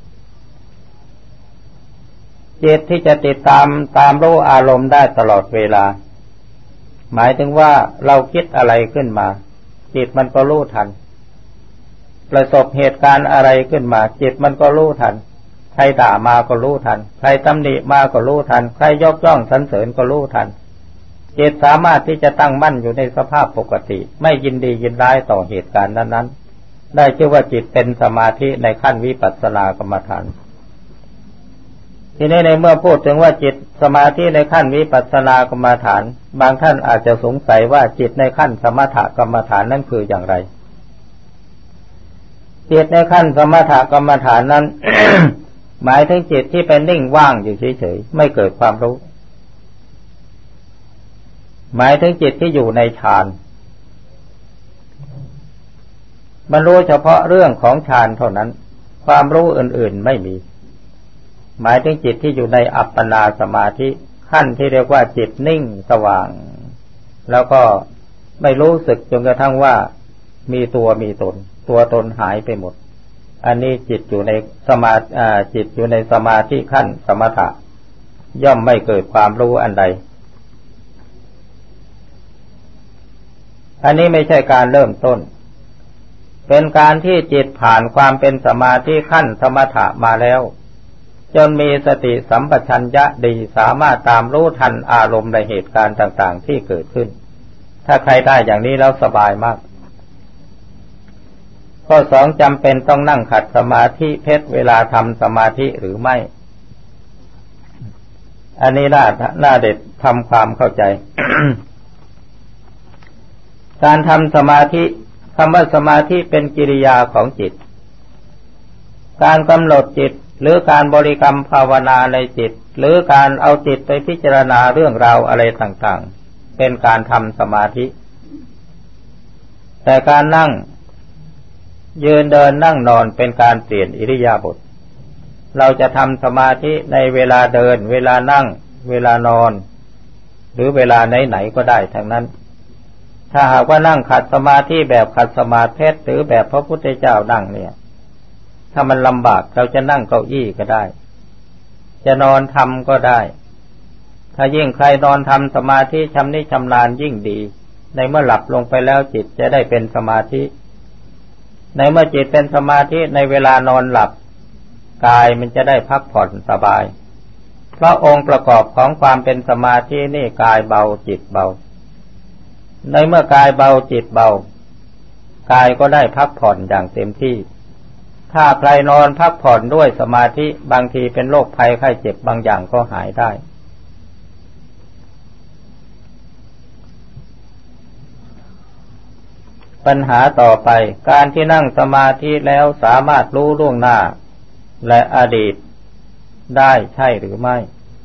จิตที่จะติดตามรู้อารมณ์ได้ตลอดเวลาหมายถึงว่าเราคิดอะไรขึ้นมาจิตมันก็รู้ทันประสบเหตุการณ์อะไรขึ้นมาจิตมันก็รู้ทันใครด่ามาก็รู้ทันใครตำหนิมาก็รู้ทันใครยกย่องสรรเสริญก็รู้ทันจิตสามารถที่จะตั้งมั่นอยู่ในสภาพปกติไม่ยินดียินร้ายต่อเหตุการณ์นั้นๆได้ชื่อว่าจิตเป็นสมาธิในขั้นวิปัสสนากรรมฐานทีนี้ในเมื่อพูดถึงว่าจิตสมาธิในขั้นวิปัสสนากรรมฐานบางท่านอาจจะสงสัยว่าจิตในขั้นสมถกรรมฐานนั้นคืออย่างไรจิตในขั้นสมถกรรมฐานนั้น หมายถึงจิตที่เป็นนิ่งว่างอยู่เฉยๆไม่เกิดความรู้หมายถึงจิตที่อยู่ในฌานมันรู้เฉพาะเรื่องของฌานเท่านั้นความรู้อื่นๆไม่มีหมายถึงจิตที่อยู่ในอัปปนาสมาธิขั้นที่เรียกว่าจิตนิ่งสว่างแล้วก็ไม่รู้สึกจนกระทั่งว่ามีตัวมีตนตัวตนหายไปหมดอันนี้จิตอยู่ในจิตอยู่ในสมาธิขั้นสมถะย่อมไม่เกิดความรู้อันใดอันนี้ไม่ใช่การเริ่มต้นเป็นการที่จิตผ่านความเป็นสมาธิขั้นสมถะมาแล้วจนมีสติสัมปชัญญะดีสามารถตามรู้ทันอารมณ์ในเหตุการณ์ต่างๆที่เกิดขึ้นถ้าใครได้อย่างนี้แล้วสบายมากข้อสองจำเป็นต้องนั่งขัดสมาธิเพชรเวลาทำสมาธิหรือไม่อันนี้น่าเด็ดทำความเข้าใจ การทำสมาธิคำว่าสมาธิเป็นกิริยาของจิตการกำหนดจิตหรือการบริกรรมภาวนาในจิตหรือการเอาจิตไปพิจารณาเรื่องราวอะไรต่างๆเป็นการทำสมาธิแต่การนั่งยืนเดินนั่งนอนเป็นการเปลี่ยนอิริยาบถเราจะทำสมาธิในเวลาเดินเวลานั่งเวลานอนหรือเวลาไหนๆก็ได้ทั้งนั้นถ้าหากว่านั่งขัดสมาธิแบบขัดสมาธิหรือแบบพระพุทธเจ้านั่งเนี่ยถ้ามันลำบากเราจะนั่งเก้าอี้ก็ได้จะนอนทำก็ได้ถ้ายิ่งใครนอนทำสมาธิชำนิชำนาญยิ่งดีในเมื่อหลับลงไปแล้วจิตจะได้เป็นสมาธิในเมื่อจิตเป็นสมาธิในเวลานอนหลับกายมันจะได้พักผ่อนสบายเพราะองค์ประกอบของความเป็นสมาธินี่กายเบาจิตเบาในเมื่อกายเบาจิตเบากายก็ได้พักผ่อนอย่างเต็มที่ถ้าใครนอนพักผ่อนด้วยสมาธิบางทีเป็นโรคภัยไข้เจ็บบางอย่างก็หายได้ปัญหาต่อไปการที่นั่งสมาธิแล้วสามารถรู้ล่วงหน้าและอดีตได้ใช่หรือไม่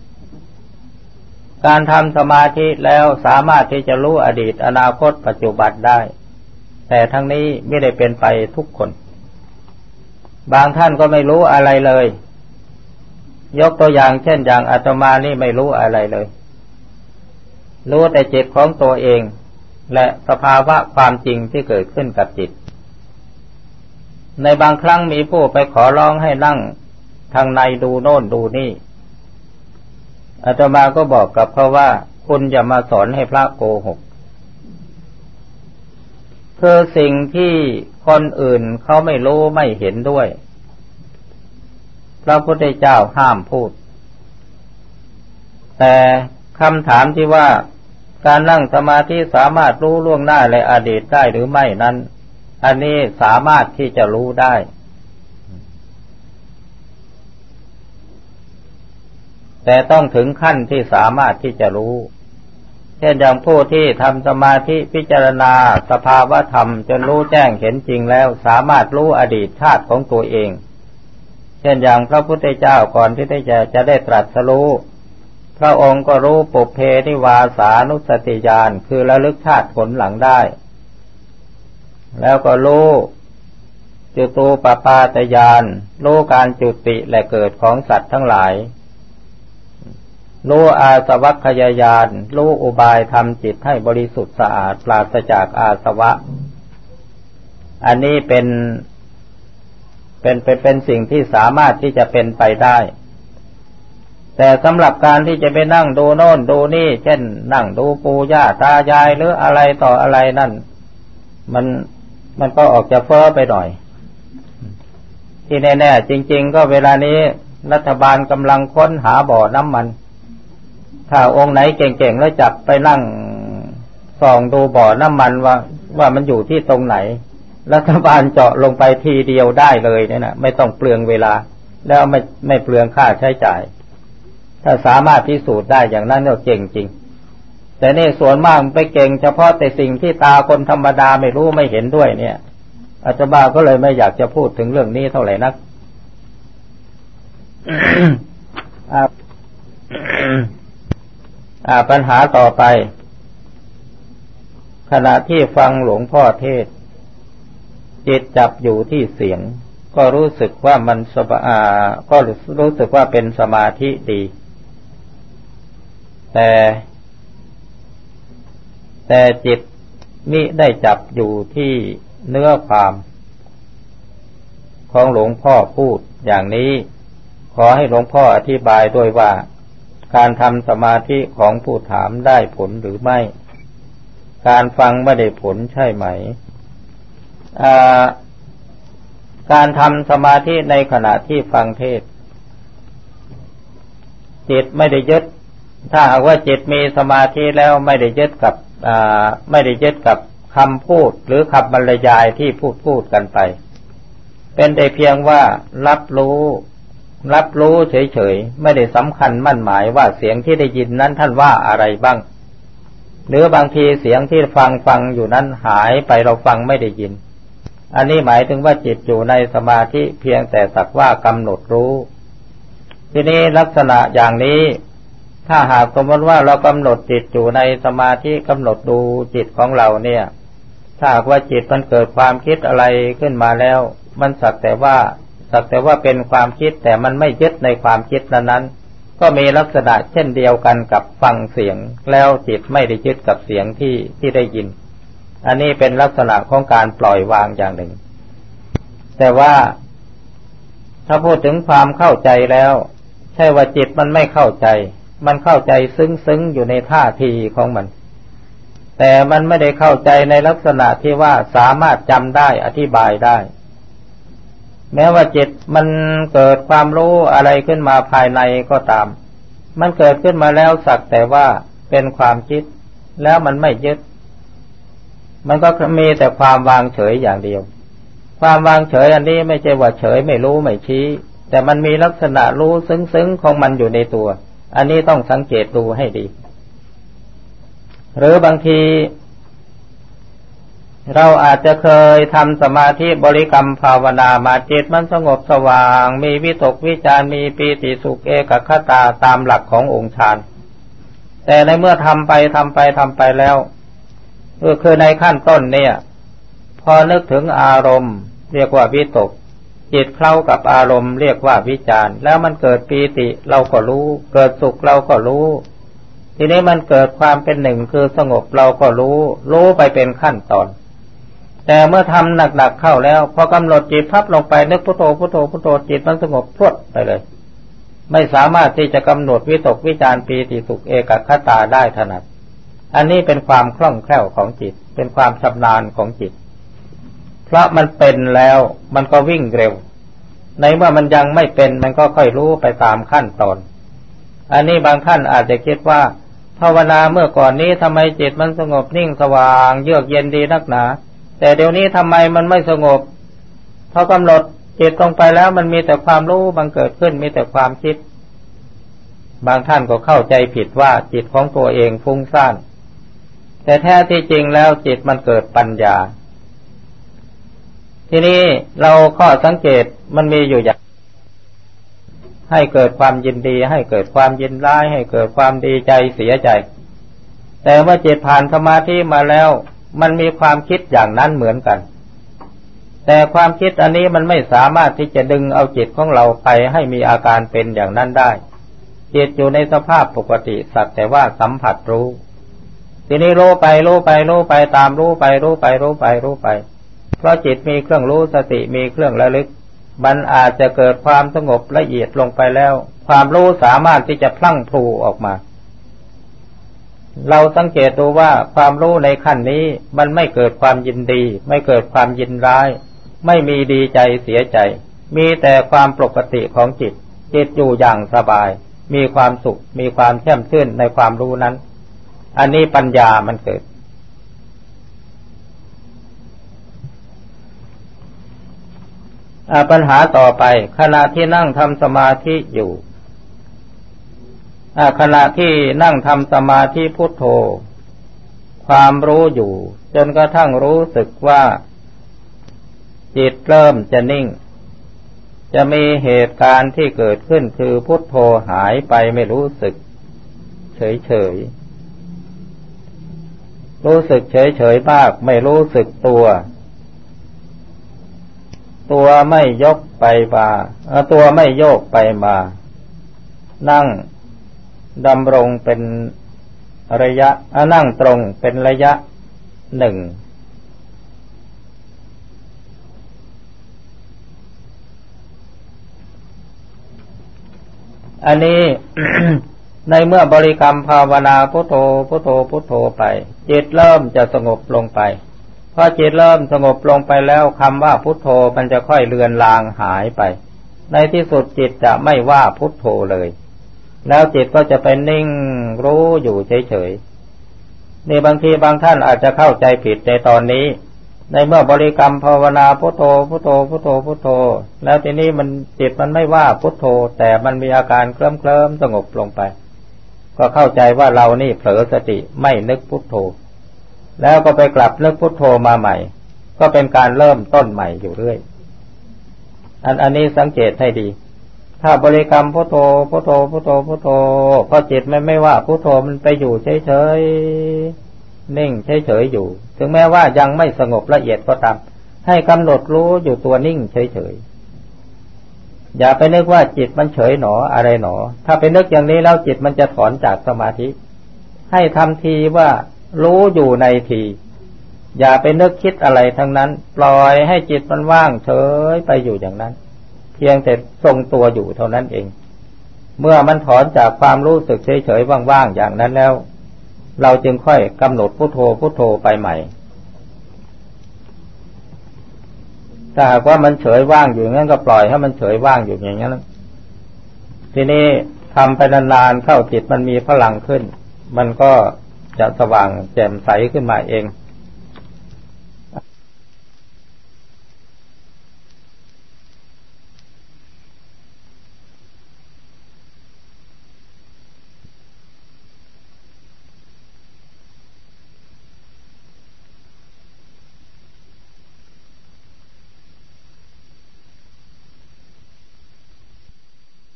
การทำสมาธิแล้วสามารถที่จะรู้อดีตอนาคตปัจจุบันได้แต่ทั้งนี้ไม่ได้เป็นไปทุกคนบางท่านก็ไม่รู้อะไรเลยยกตัวอย่างเช่นอย่างอาตมานี่ไม่รู้อะไรเลยรู้แต่จิตของตัวเองและสภาวะความจริงที่เกิดขึ้นกับจิตในบางครั้งมีผู้ไปขอร้องให้นั่งทางในดูโน่นดูนี่อาตมาก็บอกกับเขาว่าคุณอย่ามาสอนให้พระโกหกคือสิ่งที่คนอื่นเขาไม่รู้ไม่เห็นด้วยพระพุทธเจ้าห้ามพูดแต่คำถามที่ว่าการนั่งสมาธิสามารถรู้ล่วงหน้าและอดีตได้หรือไม่นั้นอันนี้สามารถที่จะรู้ได้แต่ต้องถึงขั้นที่สามารถที่จะรู้เช่นอย่างผู้ที่ทำสมาธิพิจารณาสภาวะธรรมจนรู้แจ้งเห็นจริงแล้วสามารถรู้อดีตชาติของตัวเองเช่นอย่างพระพุทธเจ้าก่อนที่จะได้ตรัสรู้พระองค์ก็รู้ปุพเพนิวาสานุสติญาณคือระลึกชาติผลหลังได้แล้วก็รู้จตูปปาตญาณรู้การจุติและเกิดของสัตว์ทั้งหลายรู้อาสวัคคยญาณรู้อุบายทำจิตให้บริสุทธิ์สะอาดปราศจากอาสวะอันนี้เป็นสิ่งที่สามารถที่จะเป็นไปได้แต่สำหรับการที่จะไปนั่งดูโน่นดูนี่เช่นนั่งดูปู่ย่าตายายหรืออะไรต่ออะไรนั่นมันก็ออกจะเฟ้อไปหน่อยที่แน่ๆจริงๆก็เวลานี้รัฐบาลกำลังค้นหาบ่อน้ำมันถ้าองค์ไหนเก่งๆแล้วจับไปนั่งส่องดูบ่อน้ำมันว่ามันอยู่ที่ตรงไหนรัฐบาลเจาะลงไปทีเดียวได้เลยเนี่ยนะไม่ต้องเปลืองเวลาแล้วไม่เปลืองค่าใช้จ่ายถ้าสามารถพิสูจน์ได้อย่างนั้นก็เก่งจริงแต่นี่ส่วนมากไปเก่งเฉพาะแต่สิ่งที่ตาคนธรรมดาไม่รู้ไม่เห็นด้วยเนี่ยอาตมาก็เลยไม่อยากจะพูดถึงเรื่องนี้เท่าไหร่นัก ปัญหาต่อไปขณะที่ฟังหลวงพ่อเทศน์จิตจับอยู่ที่เสียงก็รู้สึกว่ามันก็รู้สึกว่าเป็นสมาธิดีแต่จิตมิได้จับอยู่ที่เนื้อความของหลวงพ่อพูดอย่างนี้ขอให้หลวงพ่ออธิบายด้วยว่าการทำสมาธิของผู้ถามได้ผลหรือไม่การฟังไม่ได้ผลใช่ไหมการทำสมาธิในขณะที่ฟังเทศน์จิตไม่ได้ยึดถ้าหากว่าจิตมีสมาธิแล้วไม่ได้ยึดกับคำพูดหรือคำบรรยายที่พูดกันไปเป็นแต่เพียงว่ารับรู้เฉยๆไม่ได้สำคัญมั่นหมายว่าเสียงที่ได้ยินนั้นท่านว่าอะไรบ้างหรือบางทีเสียงที่ฟังอยู่นั้นหายไปเราฟังไม่ได้ยินอันนี้หมายถึงว่าจิตอยู่ในสมาธิเพียงแต่สักว่ากำหนดรู้ทีนี้ลักษณะอย่างนี้ถ้าหากสมมติว่าเรากำหนดจิตอยู่ในสมาธิกำหนดดูจิตของเราเนี่ยถ้าหากว่าจิตมันเกิดความคิดอะไรขึ้นมาแล้วมันสักแต่ว่าเป็นความคิดแต่มันไม่ยึดในความคิดนั้นก็มีลักษณะเช่นเดียวกันกับฟังเสียงแล้วจิตไม่ได้ยึดกับเสียงที่ได้ยินอันนี้เป็นลักษณะของการปล่อยวางอย่างหนึ่งแต่ว่าถ้าพูดถึงความเข้าใจแล้วใช่ว่าจิตมันไม่เข้าใจมันเข้าใจซึ้งอยู่ในท่าทีของมันแต่มันไม่ได้เข้าใจในลักษณะที่ว่าสามารถจำได้อธิบายได้แม้ว่าจิตมันเกิดความรู้อะไรขึ้นมาภายในก็ตามมันเกิดขึ้นมาแล้วสักแต่ว่าเป็นความคิดแล้วมันไม่ยึดมันก็มีแต่ความวางเฉยอย่างเดียวความวางเฉยอันนี้ไม่ใช่ว่าเฉยไม่รู้ไม่ชี้แต่มันมีลักษณะรู้ซึ้งของมันอยู่ในตัวอันนี้ต้องสังเกตดูให้ดีหรือบางทีเราอาจจะเคยทำสมาธิบริกรรมภาวนามาจิตมันสงบสว่างมีวิตกวิจารมีปีติสุขเอกคตาตามหลักขององค์ฌานแต่ในเมื่อทำไปแล้วคือในขั้นต้นเนี่ยพอนึกถึงอารมณ์เรียกว่าวิตกจิตเข้ากับอารมณ์เรียกว่าวิจารแล้วมันเกิดปีติเราก็รู้เกิดสุขเราก็รู้ทีนี้มันเกิดความเป็นหนึ่งคือสงบเราก็รู้ไปเป็นขั้นตอนแต่เมื่อทำหนักๆเข้าแล้วพอกำหนดจิตพับลงไปนึกพุทโธพุทโธพุทโธจิตมันสงบพรวดไปเลยไม่สามารถที่จะกำหนดวิตกวิจารปีติสุขเอกคตาได้ถนัดอันนี้เป็นความคล่องแคล่วของจิตเป็นความชำนาญของจิตเพราะมันเป็นแล้วมันก็วิ่งเร็วในเมื่อมันยังไม่เป็นมันก็ค่อยรู้ไปตามขั้นตอนอันนี้บางท่านอาจจะคิดว่าภาวนาเมื่อก่อนนี้ทำไมจิตมันสงบนิ่งสว่างเยือกเย็นดีนักหนาแต่เดี๋ยวนี้ทำไมมันไม่สงบพอกำหนดจิตลงไปแล้วมันมีแต่ความรู้บังเกิดขึ้นมีแต่ความคิดบางท่านก็เข้าใจผิดว่าจิตของตัวเองฟุ้งซ่านแต่แท้ที่จริงแล้วจิตมันเกิดปัญญาทีนี้เราข้อสังเกตมันมีอยู่อย่างให้เกิดความยินดีให้เกิดความยินร้ายให้เกิดความดีใจเสียใจแต่เมื่อจิตผ่านสมาธิมาแล้วมันมีความคิดอย่างนั้นเหมือนกันแต่ความคิดอันนี้มันไม่สามารถที่จะดึงเอาจิตของเราไปให้มีอาการเป็นอย่างนั้นได้จิตอยู่ในสภาพปกติสักแต่ว่าสัมผัสรู้ทีนี้รู้ไปตามรู้ไปเพราะจิตมีเครื่องรู้สติมีเครื่องระลึกมันอาจจะเกิดความสงบละเอียดลงไปแล้วความรู้สามารถที่จะพลั่งพลูออกมาเราสังเกตดูว่าความรู้ในขั้นนี้มันไม่เกิดความยินดีไม่เกิดความยินร้ายไม่มีดีใจเสียใจมีแต่ความปกติของจิตอยู่อย่างสบายมีความสุขมีความแช่มชื่นในความรู้นั้นอันนี้ปัญญามันเกิดปัญหาต่อไปขณะที่นั่งทำสมาธิอยู่ขณะที่นั่งทำสมาธิพุทโธความรู้อยู่จนกระทั่งรู้สึกว่าจิตเริ่มจะนิ่งจะมีเหตุการณ์ที่เกิดขึ้นคือพุทโธหายไปไม่รู้สึกเฉยรู้สึกเฉยมากไม่รู้สึกตัวไม่ยกไปมาตัวไม่โยกไปมานั่งดำรงเป็นระยะนั่งตรงเป็นระยะหนึ่งอันนี้ ในเมื่อบริกรรมภาวนาพุทโธพุทโธพุทโธไปจิตเริ่มจะสงบลงไปพอจิตเริ่มสงบลงไปแล้วคำว่าพุทโธมันจะค่อยเลือนลางหายไปในที่สุดจิตจะไม่ว่าพุทโธเลยแล้วจิตก็จะไปนิ่งรู้อยู่เฉยๆนี่บางทีบางท่านอาจจะเข้าใจผิดในตอนนี้ในเมื่อบริกรรมภาวนาพุทโธพุทโธพุทโธพุทโธแล้วทีนี้มันจิตมันไม่ว่าพุทโธแต่มันมีอาการเคลิ้มสงบลงไปก็เข้าใจว่าเรานี่เผลอสติไม่นึกพุทโธแล้วก็ไปกลับนึกพุทโธมาใหม่ก็เป็นการเริ่มต้นใหม่อยู่เรื่อยอันนี้สังเกตให้ดีถ้าบริกรรมพุทโธพุทโธพุทโธพุทโธพอจิตไม่ว่าพุทโธมันไปอยู่เฉยๆนิ่งเฉยๆอยู่ถึงแม้ว่ายังไม่สงบละเอียดก็ตามให้กำหนดรู้อยู่ตัวนิ่งเฉยๆอย่าไปนึกว่าจิตมันเฉยหนออะไรหนอถ้าไปนึกอย่างนี้แล้วจิตมันจะถอนจากสมาธิให้ทำทีว่ารู้อยู่ในทีอย่าไปนึกคิดอะไรทั้งนั้นปล่อยให้จิตมันว่างเฉยไปอยู่อย่างนั้นเพียงแต่ทรงตัวอยู่เท่านั้นเองเมื่อมันถอนจากความรู้สึกเฉยๆว่างๆอย่างนั้นแล้วเราจึงค่อยกำหนดพุทโธพุทโธไปใหม่ถ้าหากว่ามันเฉยว่างอยู่งั้นก็ปล่อยให้มันเฉยว่างอยู่อย่างนั้นทีนี้ทำไปนานๆเข้าจิตมันมีพลังขึ้นมันก็จะสว่างแจ่มใสขึ้นมาเอง